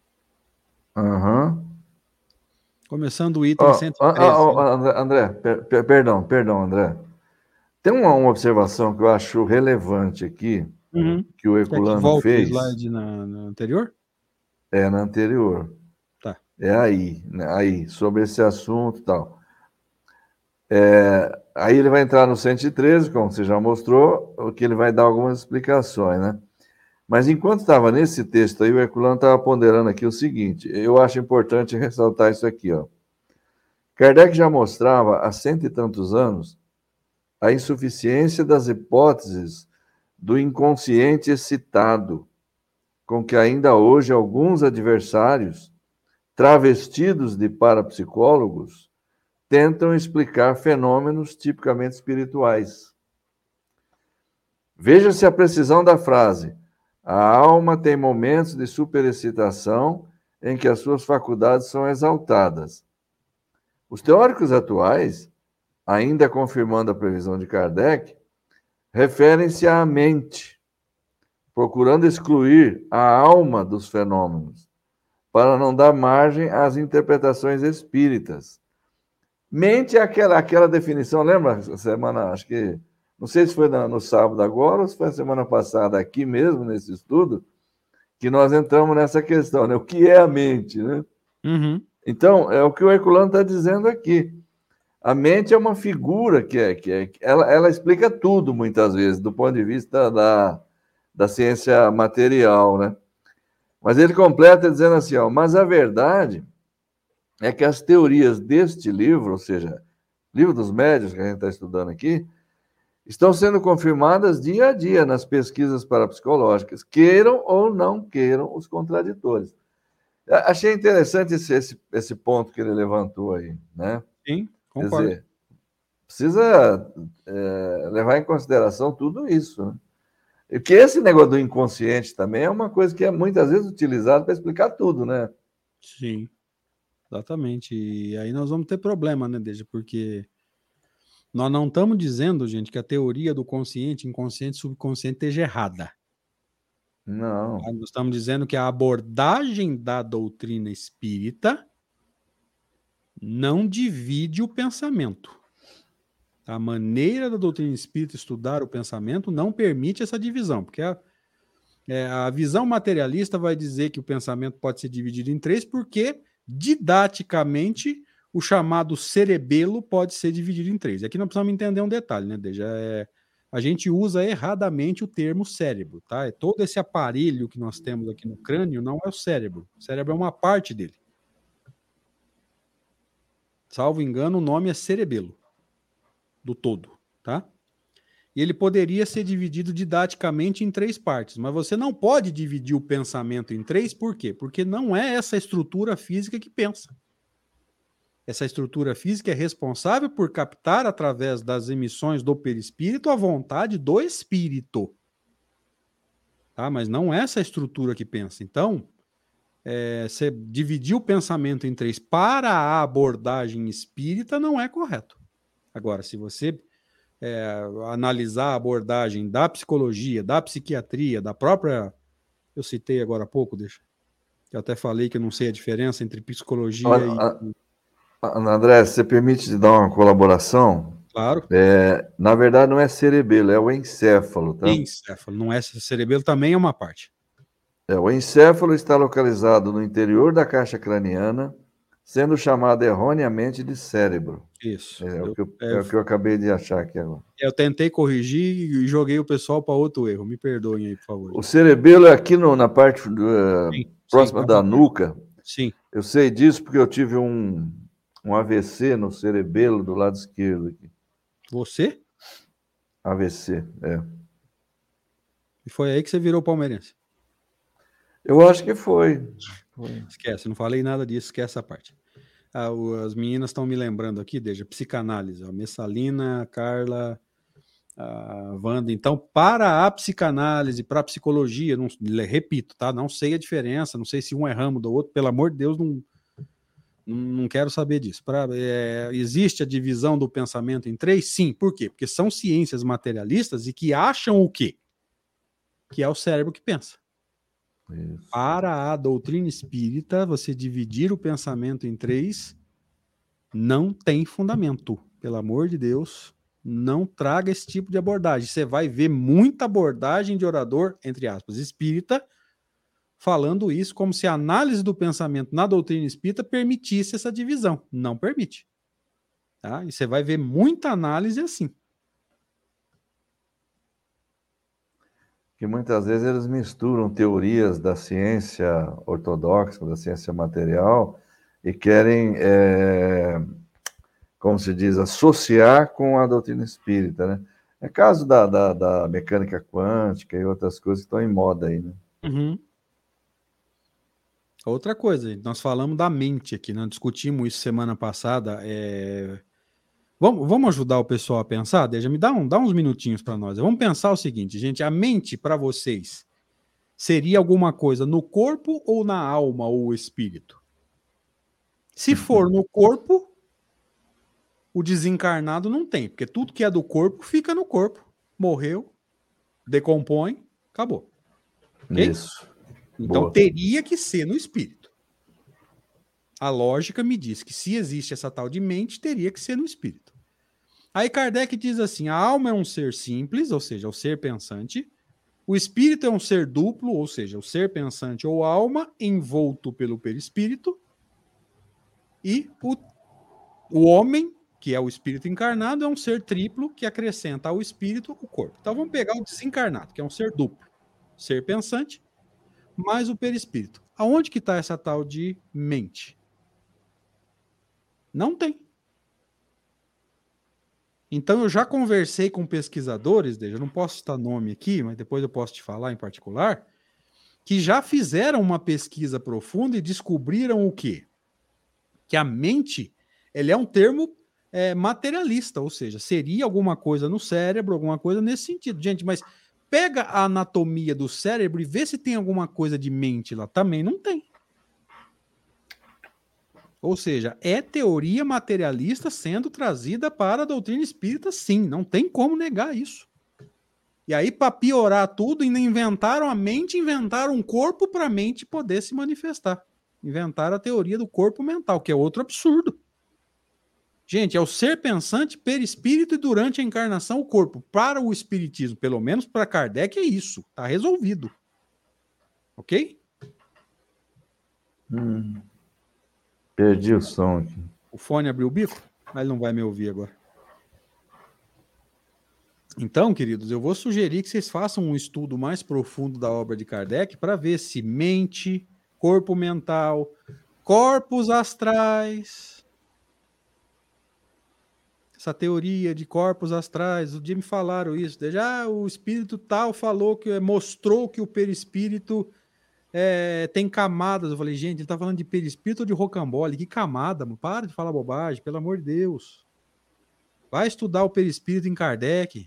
[SPEAKER 2] Aham.
[SPEAKER 1] Começando o item 113.
[SPEAKER 2] André, perdão, André. Tem uma observação que eu acho relevante aqui, que o Herculano fez.
[SPEAKER 1] Volta o slide na anterior?
[SPEAKER 2] Na anterior.
[SPEAKER 1] Tá.
[SPEAKER 2] Aí, né, aí, sobre esse assunto e tal. Aí ele vai entrar no 113, como você já mostrou, que ele vai dar algumas explicações, né? Mas enquanto estava nesse texto aí, o Herculano estava ponderando aqui o seguinte, eu acho importante ressaltar isso aqui, ó. Kardec já mostrava há 100 e tantos anos a insuficiência das hipóteses do inconsciente excitado, com que ainda hoje alguns adversários, travestidos de parapsicólogos, tentam explicar fenômenos tipicamente espirituais. Veja-se a precisão da frase: a alma tem momentos de superexcitação em que as suas faculdades são exaltadas. Os teóricos atuais, ainda confirmando a previsão de Kardec, referem-se à mente, procurando excluir a alma dos fenômenos, para não dar margem às interpretações espíritas. Mente é aquela definição, lembra? Semana, acho que, não sei se foi no sábado agora ou se foi a semana passada, aqui mesmo, nesse estudo, que nós entramos nessa questão, né? O que é a mente, né?
[SPEAKER 1] Uhum.
[SPEAKER 2] Então, é o que o Herculano está dizendo aqui. A mente é uma figura ela explica tudo, muitas vezes, do ponto de vista da ciência material, né? Mas ele completa dizendo assim, ó, mas a verdade é que as teorias deste livro, ou seja, livro dos médiuns que a gente está estudando aqui, estão sendo confirmadas dia a dia nas pesquisas parapsicológicas, queiram ou não queiram os contraditores. Achei interessante esse ponto que ele levantou aí, né?
[SPEAKER 1] Sim, concordo.
[SPEAKER 2] Quer dizer, precisa levar em consideração tudo isso, né? Porque esse negócio do inconsciente também é uma coisa que é muitas vezes utilizada para explicar tudo, né?
[SPEAKER 1] Sim, exatamente. E aí nós vamos ter problema, né, Deja? Porque nós não estamos dizendo, gente, que a teoria do consciente, inconsciente, subconsciente esteja errada.
[SPEAKER 2] Não.
[SPEAKER 1] Nós estamos dizendo que a abordagem da doutrina espírita não divide o pensamento. A maneira da doutrina espírita estudar o pensamento não permite essa divisão, porque a visão materialista vai dizer que o pensamento pode ser dividido em três, porque didaticamente o chamado cerebelo pode ser dividido em três. Aqui nós precisamos entender um detalhe, né, Deja? A gente usa erradamente o termo cérebro, tá? Todo esse aparelho que nós temos aqui no crânio não é o cérebro. O cérebro é uma parte dele. Salvo engano, o nome é cerebelo, do todo, tá? E ele poderia ser dividido didaticamente em três partes, mas você não pode dividir o pensamento em três, por quê? Porque não é essa estrutura física que pensa. Essa estrutura física é responsável por captar, através das emissões do perispírito, a vontade do espírito. Tá? Mas não é essa estrutura que pensa. Então, você dividir o pensamento em três para a abordagem espírita não é correto. Agora, se você analisar a abordagem da psicologia, da psiquiatria, da própria... Eu citei agora há pouco, eu até falei que eu não sei a diferença entre psicologia e...
[SPEAKER 2] André, você permite dar uma colaboração?
[SPEAKER 1] Claro.
[SPEAKER 2] Na verdade, não é cerebelo, é o encéfalo, tá?
[SPEAKER 1] Encéfalo, não é cerebelo, também é uma parte.
[SPEAKER 2] O encéfalo está localizado no interior da caixa craniana, sendo chamado erroneamente de cérebro.
[SPEAKER 1] Isso.
[SPEAKER 2] É o que eu acabei de achar aqui agora.
[SPEAKER 1] Eu tentei corrigir e joguei o pessoal para outro erro. Me perdoem aí, por favor.
[SPEAKER 2] O cerebelo é aqui na parte próxima da nuca.
[SPEAKER 1] Sim.
[SPEAKER 2] Eu sei disso porque eu tive um AVC no cerebelo do lado esquerdo aqui.
[SPEAKER 1] Você?
[SPEAKER 2] AVC, é.
[SPEAKER 1] E foi aí que você virou palmeirense.
[SPEAKER 2] Eu acho que foi.
[SPEAKER 1] Esquece, não falei nada disso, esquece essa parte. As meninas estão me lembrando aqui, desde a psicanálise, a Messalina, a Carla, a Wanda. Então, para a psicanálise, para a psicologia, não, repito, tá? Não sei a diferença, não sei se um é ramo do outro, pelo amor de Deus, não quero saber disso. Existe a divisão do pensamento em 3? Sim. Por quê? Porque são ciências materialistas e que acham o quê? Que é o cérebro que pensa. Isso. Para a doutrina espírita, você dividir o pensamento em 3 não tem fundamento. Pelo amor de Deus, não traga esse tipo de abordagem. Você vai ver muita abordagem de orador, entre aspas, espírita, falando isso como se a análise do pensamento na doutrina espírita permitisse essa divisão. Não permite. Tá? E você vai ver muita análise assim.
[SPEAKER 2] Que muitas vezes eles misturam teorias da ciência ortodoxa, da ciência material, e querem, como se diz, associar com a doutrina espírita, né? É caso da mecânica quântica e outras coisas que estão em moda aí, né?
[SPEAKER 1] Uhum. Outra coisa, nós falamos da mente aqui, nós discutimos isso semana passada. Vamos ajudar o pessoal a pensar? Deixa me dá uns minutinhos para nós. Vamos pensar o seguinte, gente, a mente para vocês seria alguma coisa no corpo ou na alma ou espírito? Se for no corpo, o desencarnado não tem, porque tudo que é do corpo fica no corpo. Morreu, decompõe, acabou. Okay? Isso. Então boa. Teria que ser no espírito. A lógica me diz que se existe essa tal de mente, teria que ser no espírito. Aí Kardec diz assim, a alma é um ser simples, ou seja, o ser pensante. O espírito é um ser duplo, ou seja, o ser pensante ou alma envolto pelo perispírito. E o homem, que é o espírito encarnado, é um ser triplo que acrescenta ao espírito o corpo. Então vamos pegar o desencarnado, que é um ser duplo. Ser pensante, mais o perispírito. Aonde que está essa tal de mente? Não tem. Então eu já conversei com pesquisadores, eu não posso citar nome aqui, mas depois eu posso te falar em particular, que já fizeram uma pesquisa profunda e descobriram o quê? Que a mente, ele é um termo materialista, ou seja, seria alguma coisa no cérebro, alguma coisa nesse sentido. Gente, mas pega a anatomia do cérebro e vê se tem alguma coisa de mente lá. Também não tem. Ou seja, é teoria materialista sendo trazida para a doutrina espírita, sim. Não tem como negar isso. E aí, para piorar tudo, ainda inventaram a mente, inventaram um corpo para a mente poder se manifestar. Inventaram a teoria do corpo mental, que é outro absurdo. Gente, é o ser pensante, perispírito e durante a encarnação o corpo. Para o espiritismo, pelo menos para Kardec, é isso. Está resolvido. Ok?
[SPEAKER 2] Perdi o som aqui.
[SPEAKER 1] O fone abriu o bico? Mas ele não vai me ouvir agora. Então, queridos, eu vou sugerir que vocês façam um estudo mais profundo da obra de Kardec para ver se mente, corpo mental, corpos astrais, essa teoria de corpos astrais, o dia me falaram isso, já o espírito tal falou que mostrou que o perispírito tem camadas. Eu falei, gente, ele tá falando de perispírito ou de rocambole? Que camada, mano? Para de falar bobagem, pelo amor de Deus. Vai estudar o perispírito em Kardec.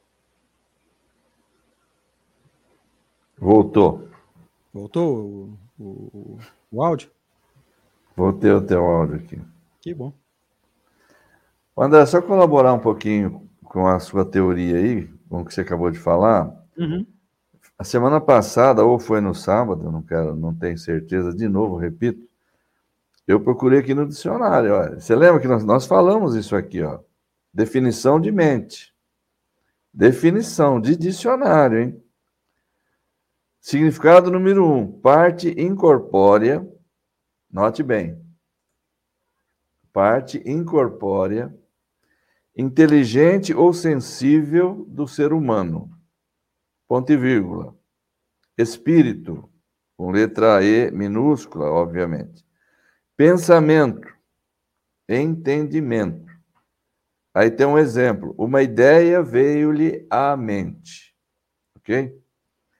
[SPEAKER 2] Voltou.
[SPEAKER 1] Voltou o áudio?
[SPEAKER 2] Voltei o teu áudio aqui.
[SPEAKER 1] Que bom.
[SPEAKER 2] André, só colaborar um pouquinho com a sua teoria aí, com o que você acabou de falar.
[SPEAKER 1] Uhum.
[SPEAKER 2] A semana passada, ou foi no sábado, não tenho certeza, de novo, repito, eu procurei aqui no dicionário. Ó. Você lembra que nós falamos isso aqui, ó? Definição de mente. Definição de dicionário, hein? Significado número 1, parte incorpórea, note bem, parte incorpórea, inteligente ou sensível do ser humano, ponto e vírgula, espírito, com letra E minúscula, obviamente, pensamento, entendimento. Aí tem um exemplo, uma ideia veio-lhe à mente, ok?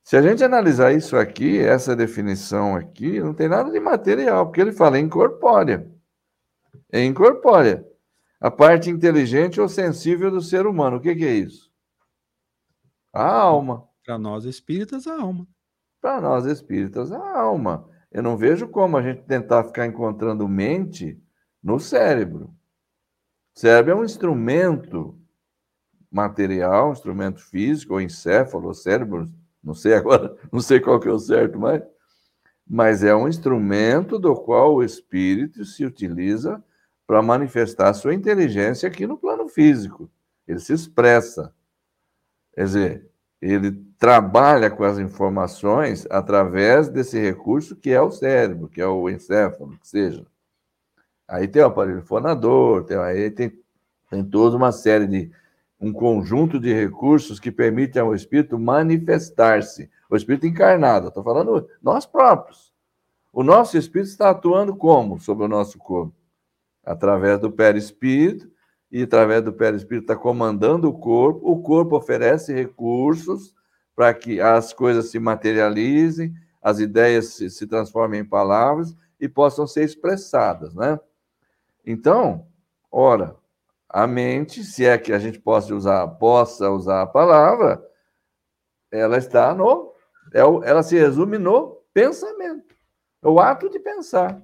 [SPEAKER 2] Se a gente analisar isso aqui, essa definição aqui, não tem nada de material, porque ele fala incorpórea. É incorpórea. A parte inteligente ou sensível do ser humano. O que é isso? A alma.
[SPEAKER 1] Para nós espíritas, a alma.
[SPEAKER 2] Para nós espíritas, a alma. Eu não vejo como a gente tentar ficar encontrando mente no cérebro. O cérebro é um instrumento material, um instrumento físico, ou encéfalo, ou cérebro, não sei agora, não sei qual que é o certo, mas é um instrumento do qual o espírito se utiliza para manifestar sua inteligência aqui no plano físico. Ele se expressa. Quer dizer, ele trabalha com as informações através desse recurso que é o cérebro, que é o encéfalo, que seja. Aí tem o aparelho fonador, tem toda uma série de um conjunto de recursos que permitem ao espírito manifestar-se. O espírito encarnado, estou falando nós próprios. O nosso espírito está atuando como sobre o nosso corpo? Através do perispírito, e através do perispírito está comandando o corpo oferece recursos para que as coisas se materializem, as ideias se transformem em palavras e possam ser expressadas, né? Então, ora, a mente, se é que a gente possa usar a palavra, ela está ela se resume no pensamento, o ato de pensar.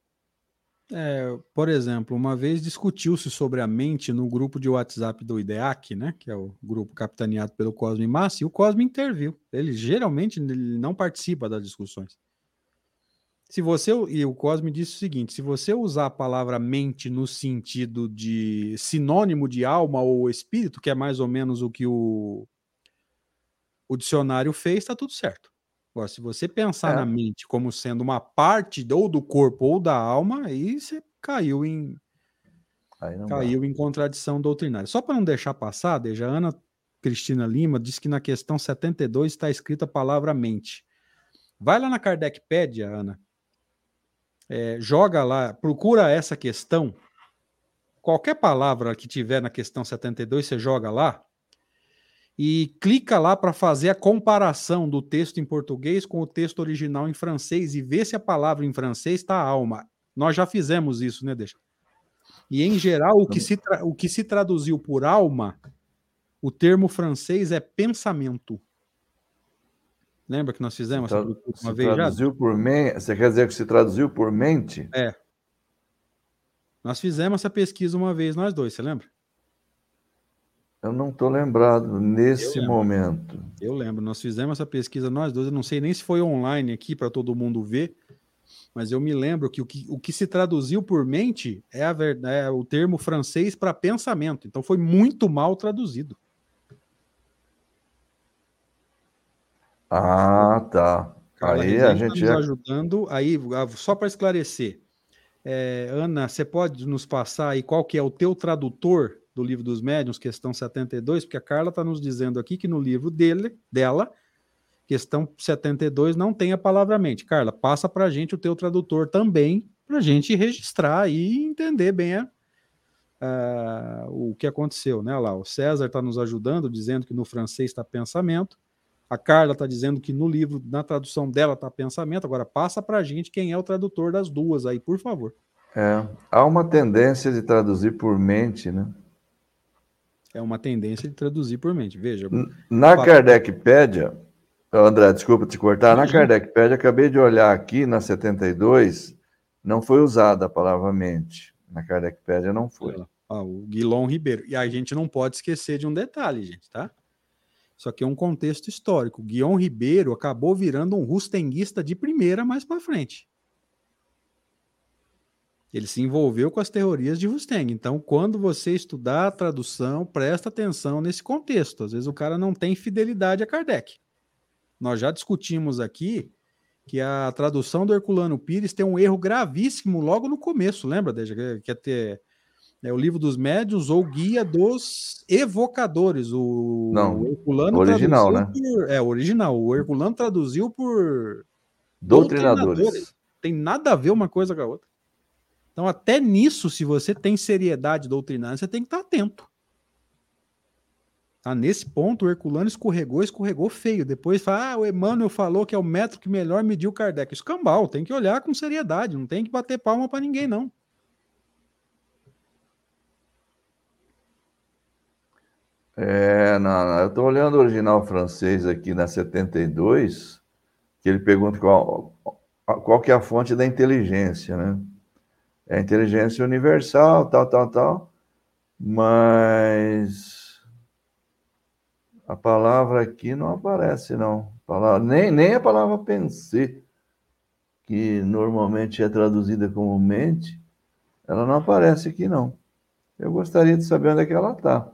[SPEAKER 1] Por exemplo, uma vez discutiu-se sobre a mente no grupo de WhatsApp do IDEAC, né, que é o grupo capitaneado pelo Cosme Massa, e o Cosme interviu. Ele geralmente não participa das discussões. E o Cosme disse o seguinte: se você usar a palavra mente no sentido de sinônimo de alma ou espírito, que é mais ou menos o que o dicionário fez, está tudo certo. Agora, se você pensar na mente como sendo uma parte ou do corpo ou da alma, aí você caiu em contradição doutrinária. Só para não deixar passar, a Ana Cristina Lima diz que na questão 72 está escrita a palavra mente. Vai lá na Kardecpédia, Ana, joga lá, procura essa questão, qualquer palavra que tiver na questão 72, você joga lá, e clica lá para fazer a comparação do texto em português com o texto original em francês e ver se a palavra em francês está alma. Nós já fizemos isso, né, Deixa? E, em geral, o que se traduziu por alma, o termo francês é pensamento. Lembra que nós fizemos
[SPEAKER 2] uma vez já? Você quer dizer que se traduziu por mente?
[SPEAKER 1] É. Nós fizemos essa pesquisa uma vez, nós dois, você lembra?
[SPEAKER 2] Eu não estou lembrado nesse momento.
[SPEAKER 1] Eu lembro, nós fizemos essa pesquisa nós dois, eu não sei nem se foi online aqui para todo mundo ver, mas eu me lembro que o que se traduziu por mente é o termo francês para pensamento, então foi muito mal traduzido.
[SPEAKER 2] Ah, tá.
[SPEAKER 1] Carla
[SPEAKER 2] aí a gente
[SPEAKER 1] está nos ajudando, aí só para esclarecer, Ana, você pode nos passar aí qual que é o teu tradutor do Livro dos Médiuns, questão 72, porque a Carla está nos dizendo aqui que no livro dela, questão 72, não tem a palavra mente. Carla, passa para a gente o teu tradutor também, para a gente registrar e entender bem o que aconteceu, né? Lá, o César está nos ajudando, dizendo que no francês está pensamento, a Carla está dizendo que no livro, na tradução dela está pensamento, agora passa para a gente quem é o tradutor das duas aí, por favor.
[SPEAKER 2] Há uma tendência de traduzir por mente, né?
[SPEAKER 1] É uma tendência de traduzir por mente. Veja.
[SPEAKER 2] Na Kardecpédia, André, desculpa te cortar, na Kardecpédia, acabei de olhar aqui, na 72, não foi usada a palavra mente. Na Kardecpédia não foi.
[SPEAKER 1] O Guilom Ribeiro. E a gente não pode esquecer de um detalhe, gente, tá? Isso aqui é um contexto histórico. Guilom Ribeiro acabou virando um rustenguista de primeira mais para frente. Ele se envolveu com as teorias de Rusteng. Então, quando você estudar a tradução, presta atenção nesse contexto. Às vezes o cara não tem fidelidade a Kardec. Nós já discutimos aqui que a tradução do Herculano Pires tem um erro gravíssimo logo no começo. Lembra, Deja? Que é ter o Livro dos Médiuns ou Guia dos Evocadores. O Herculano
[SPEAKER 2] original,
[SPEAKER 1] traduziu
[SPEAKER 2] né?
[SPEAKER 1] O original. O Herculano traduziu por
[SPEAKER 2] doutrinadores.
[SPEAKER 1] Tem nada a ver uma coisa com a outra. Então, até nisso, se você tem seriedade doutrinária, você tem que estar atento. Tá? Nesse ponto, o Herculano escorregou feio. Depois fala, o Emmanuel falou que é o método que melhor mediu Kardec. Escambau, tem que olhar com seriedade, não tem que bater palma para ninguém, não.
[SPEAKER 2] Não, eu estou olhando o original francês aqui na 72, que ele pergunta qual que é a fonte da inteligência, né? É a inteligência universal, tal, mas a palavra aqui não aparece, não. Nem a palavra pensée, que normalmente é traduzida como mente, ela não aparece aqui, não. Eu gostaria de saber onde é que ela está.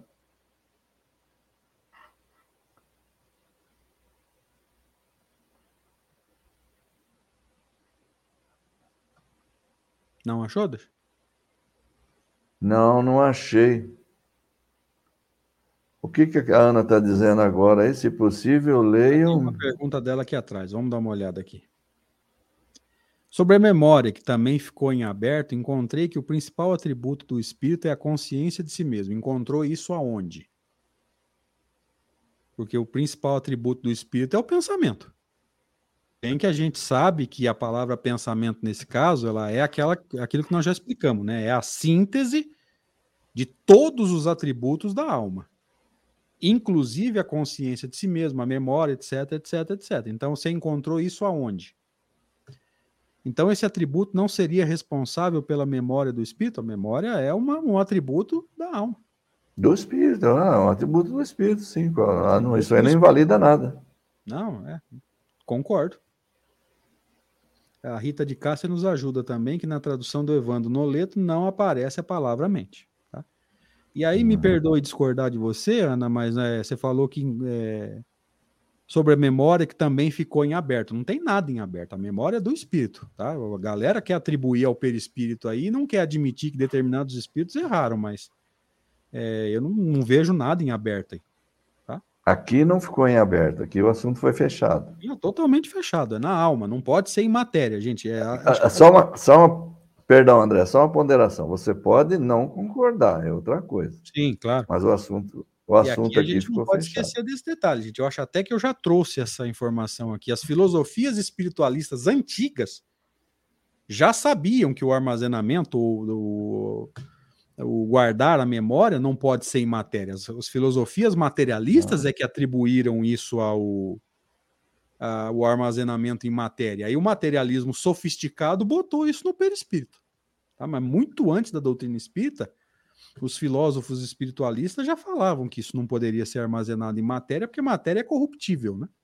[SPEAKER 1] Não achou, Deixa?
[SPEAKER 2] Não achei. O que a Ana está dizendo agora aí? Se possível, leiam.
[SPEAKER 1] Tem uma pergunta dela aqui atrás, vamos dar uma olhada aqui. Sobre a memória, que também ficou em aberto, encontrei que o principal atributo do espírito é a consciência de si mesmo. Encontrou isso aonde? Porque o principal atributo do espírito é o pensamento. Bem que a gente sabe que a palavra pensamento, nesse caso, ela é aquilo que nós já explicamos, né? É a síntese de todos os atributos da alma. Inclusive a consciência de si mesmo, a memória, etc. Então, você encontrou isso aonde? Então, esse atributo não seria responsável pela memória do espírito? A memória é um atributo da alma.
[SPEAKER 2] Do espírito, é um atributo do espírito, sim. Isso aí não invalida nada.
[SPEAKER 1] Não, concordo. A Rita de Cássia nos ajuda também, que na tradução do Evandro Noleto não aparece a palavra mente. Tá? E aí, me perdoe discordar de você, Ana, mas você falou que sobre a memória que também ficou em aberto. Não tem nada em aberto, a memória é do espírito. Tá? A galera quer atribuir ao perispírito aí e não quer admitir que determinados espíritos erraram, mas eu não vejo nada em aberto aí. Tá?
[SPEAKER 2] Aqui não ficou em aberto, aqui o assunto foi fechado.
[SPEAKER 1] É totalmente fechado, é na alma, não pode ser em matéria, gente.
[SPEAKER 2] Perdão, André, só uma ponderação. Você pode não concordar, é outra coisa.
[SPEAKER 1] Sim, claro.
[SPEAKER 2] Mas o assunto aqui ficou
[SPEAKER 1] não pode
[SPEAKER 2] fechado.
[SPEAKER 1] Esquecer desse detalhe, gente. Eu acho até que eu já trouxe essa informação aqui. As filosofias espiritualistas antigas já sabiam que o armazenamento, o guardar a memória, não pode ser em matéria. As filosofias materialistas é que atribuíram isso ao armazenamento em matéria. Aí o materialismo sofisticado botou isso no perispírito. Tá? Mas muito antes da doutrina espírita, os filósofos espiritualistas já falavam que isso não poderia ser armazenado em matéria, porque matéria é corruptível, né?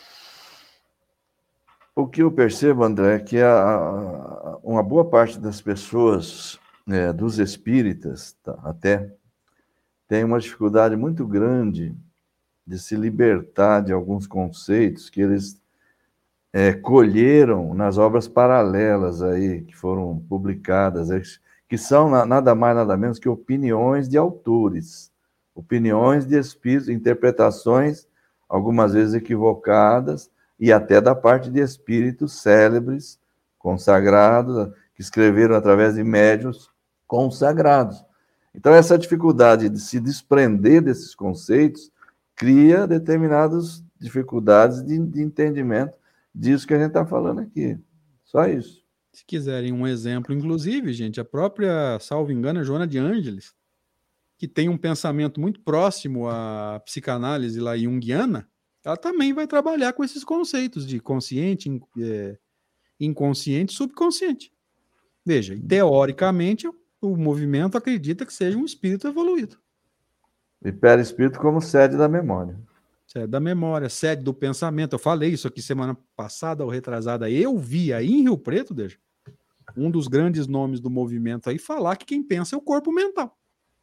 [SPEAKER 2] O que eu percebo, André, é que uma boa parte das pessoas, dos espíritas, até, tem uma dificuldade muito grande de se libertar de alguns conceitos que eles colheram nas obras paralelas aí, que foram publicadas, que são nada mais, nada menos que opiniões de autores, opiniões de espíritos, interpretações, algumas vezes equivocadas, e até da parte de espíritos célebres, consagrados, que escreveram através de médiuns consagrados. Então, essa dificuldade de se desprender desses conceitos cria determinadas dificuldades de entendimento disso que a gente está falando aqui. Só isso.
[SPEAKER 1] Se quiserem um exemplo, inclusive, gente, a própria, salvo engano, a Joana de Ângeles, que tem um pensamento muito próximo à psicanálise lá junguiana, ela também vai trabalhar com esses conceitos de consciente, inconsciente e subconsciente. Veja, teoricamente, o movimento acredita que seja um espírito evoluído.
[SPEAKER 2] E perispírito como sede da memória.
[SPEAKER 1] Sede da memória, sede do pensamento. Eu falei isso aqui semana passada ou retrasada. Eu vi aí em Rio Preto, deixa, um dos grandes nomes do movimento aí falar que quem pensa é o corpo mental.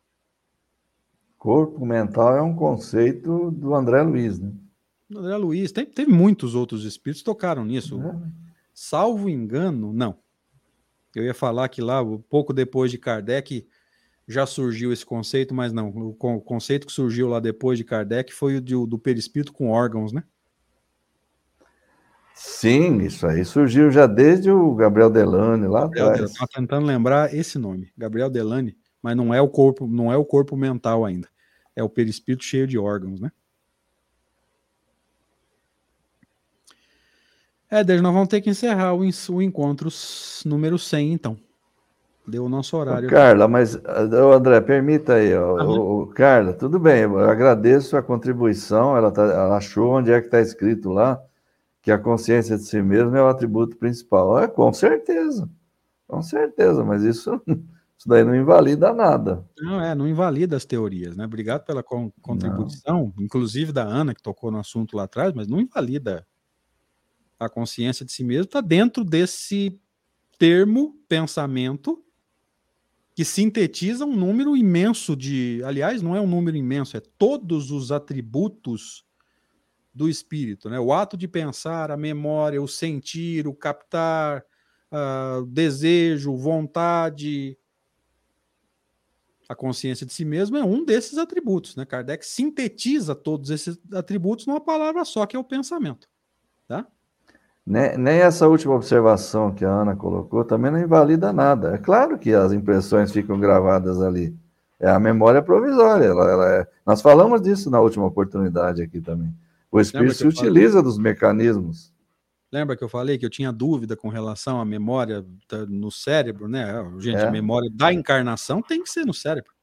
[SPEAKER 2] Corpo mental é um conceito do André Luiz, né?
[SPEAKER 1] André Luiz, teve muitos outros espíritos que tocaram nisso. Salvo engano, não. Eu ia falar que lá, pouco depois de Kardec, já surgiu esse conceito, mas não. O conceito que surgiu lá depois de Kardec foi o do perispírito com órgãos, né?
[SPEAKER 2] Sim, isso aí surgiu já desde o Gabriel Delane lá atrás.
[SPEAKER 1] Estava tentando lembrar esse nome, Gabriel Delane, mas não é o corpo mental ainda. é o perispírito cheio de órgãos, né? Desde nós vamos ter que encerrar o encontro número 100, então. Deu o nosso horário aqui.
[SPEAKER 2] Carla, mas, André, permita aí. Carla, tudo bem, eu agradeço a contribuição. Ela achou onde é que está escrito lá que a consciência de si mesmo é o atributo principal. Com certeza, mas isso daí não invalida nada.
[SPEAKER 1] Não invalida as teorias, né? Obrigado pela contribuição, inclusive da Ana, que tocou no assunto lá atrás, mas não invalida a consciência de si mesmo, está dentro desse termo pensamento que sintetiza um número imenso aliás, não é um número imenso, é todos os atributos do espírito, né? O ato de pensar, a memória, o sentir, o captar, o desejo, vontade, a consciência de si mesmo é um desses atributos, né? Kardec sintetiza todos esses atributos numa palavra só, que é o pensamento, tá?
[SPEAKER 2] Nem essa última observação que a Ana colocou também não invalida nada. É claro que as impressões ficam gravadas ali. É a memória provisória. Nós falamos disso na última oportunidade aqui também. O espírito se utiliza dos mecanismos.
[SPEAKER 1] Lembra que eu falei que eu tinha dúvida com relação à memória no cérebro, né? Gente, a memória da encarnação tem que ser no cérebro.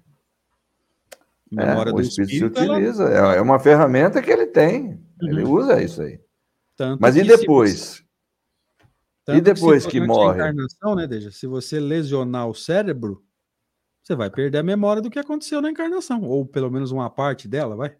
[SPEAKER 2] A memória do espírito se utiliza. É uma ferramenta que ele tem. Ele usa isso aí. Mas e depois? E depois que morre?
[SPEAKER 1] Encarnação, né, Deja? Se você lesionar o cérebro, você vai perder a memória do que aconteceu na encarnação, ou pelo menos uma parte dela, vai.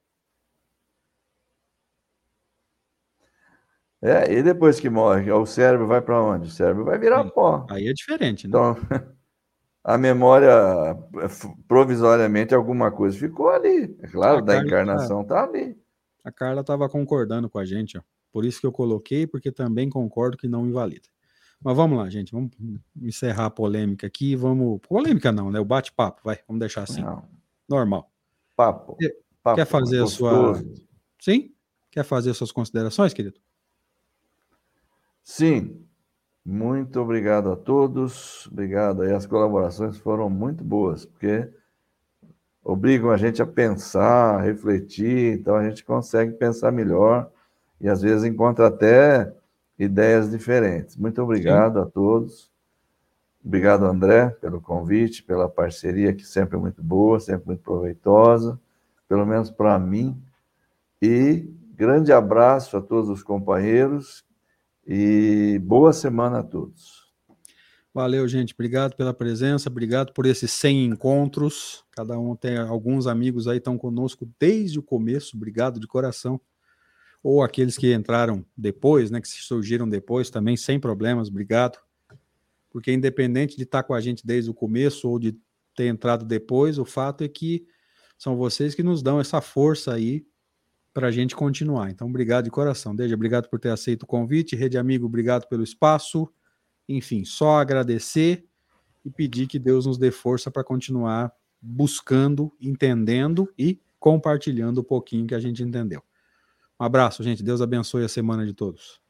[SPEAKER 2] E depois que morre, o cérebro vai para onde? O cérebro vai virar pó.
[SPEAKER 1] Aí é diferente, né?
[SPEAKER 2] Então, a memória, provisoriamente, alguma coisa ficou ali. É claro, da encarnação está ali.
[SPEAKER 1] A Carla estava concordando com a gente, ó. Por isso que eu coloquei, porque também concordo que não invalida. Mas vamos lá, gente. Vamos encerrar a polêmica aqui. Polêmica não, né? O bate-papo, vai. Vamos deixar assim. Não. Normal.
[SPEAKER 2] Papo.
[SPEAKER 1] Quer fazer gostoso. Sim? Quer fazer suas considerações, querido?
[SPEAKER 2] Sim. Muito obrigado a todos. Obrigado aí. As colaborações foram muito boas, porque obrigam a gente a pensar, a refletir. Então a gente consegue pensar melhor e às vezes encontra até ideias diferentes. Muito obrigado a todos. Obrigado, André, pelo convite, pela parceria, que sempre é muito boa, sempre muito proveitosa, pelo menos para mim. E grande abraço a todos os companheiros e boa semana a todos.
[SPEAKER 1] Valeu, gente. Obrigado pela presença, obrigado por esses 100 encontros. Cada um tem alguns amigos aí, estão conosco desde o começo. Obrigado de coração. Ou aqueles que entraram depois, né, que surgiram depois também, sem problemas, obrigado. Porque independente de estar com a gente desde o começo ou de ter entrado depois, o fato é que são vocês que nos dão essa força aí para a gente continuar. Então, obrigado de coração. Deja, obrigado por ter aceito o convite. Rede Amigo, obrigado pelo espaço. Enfim, só agradecer e pedir que Deus nos dê força para continuar buscando, entendendo e compartilhando um pouquinho que a gente entendeu. Um abraço, gente. Deus abençoe a semana de todos.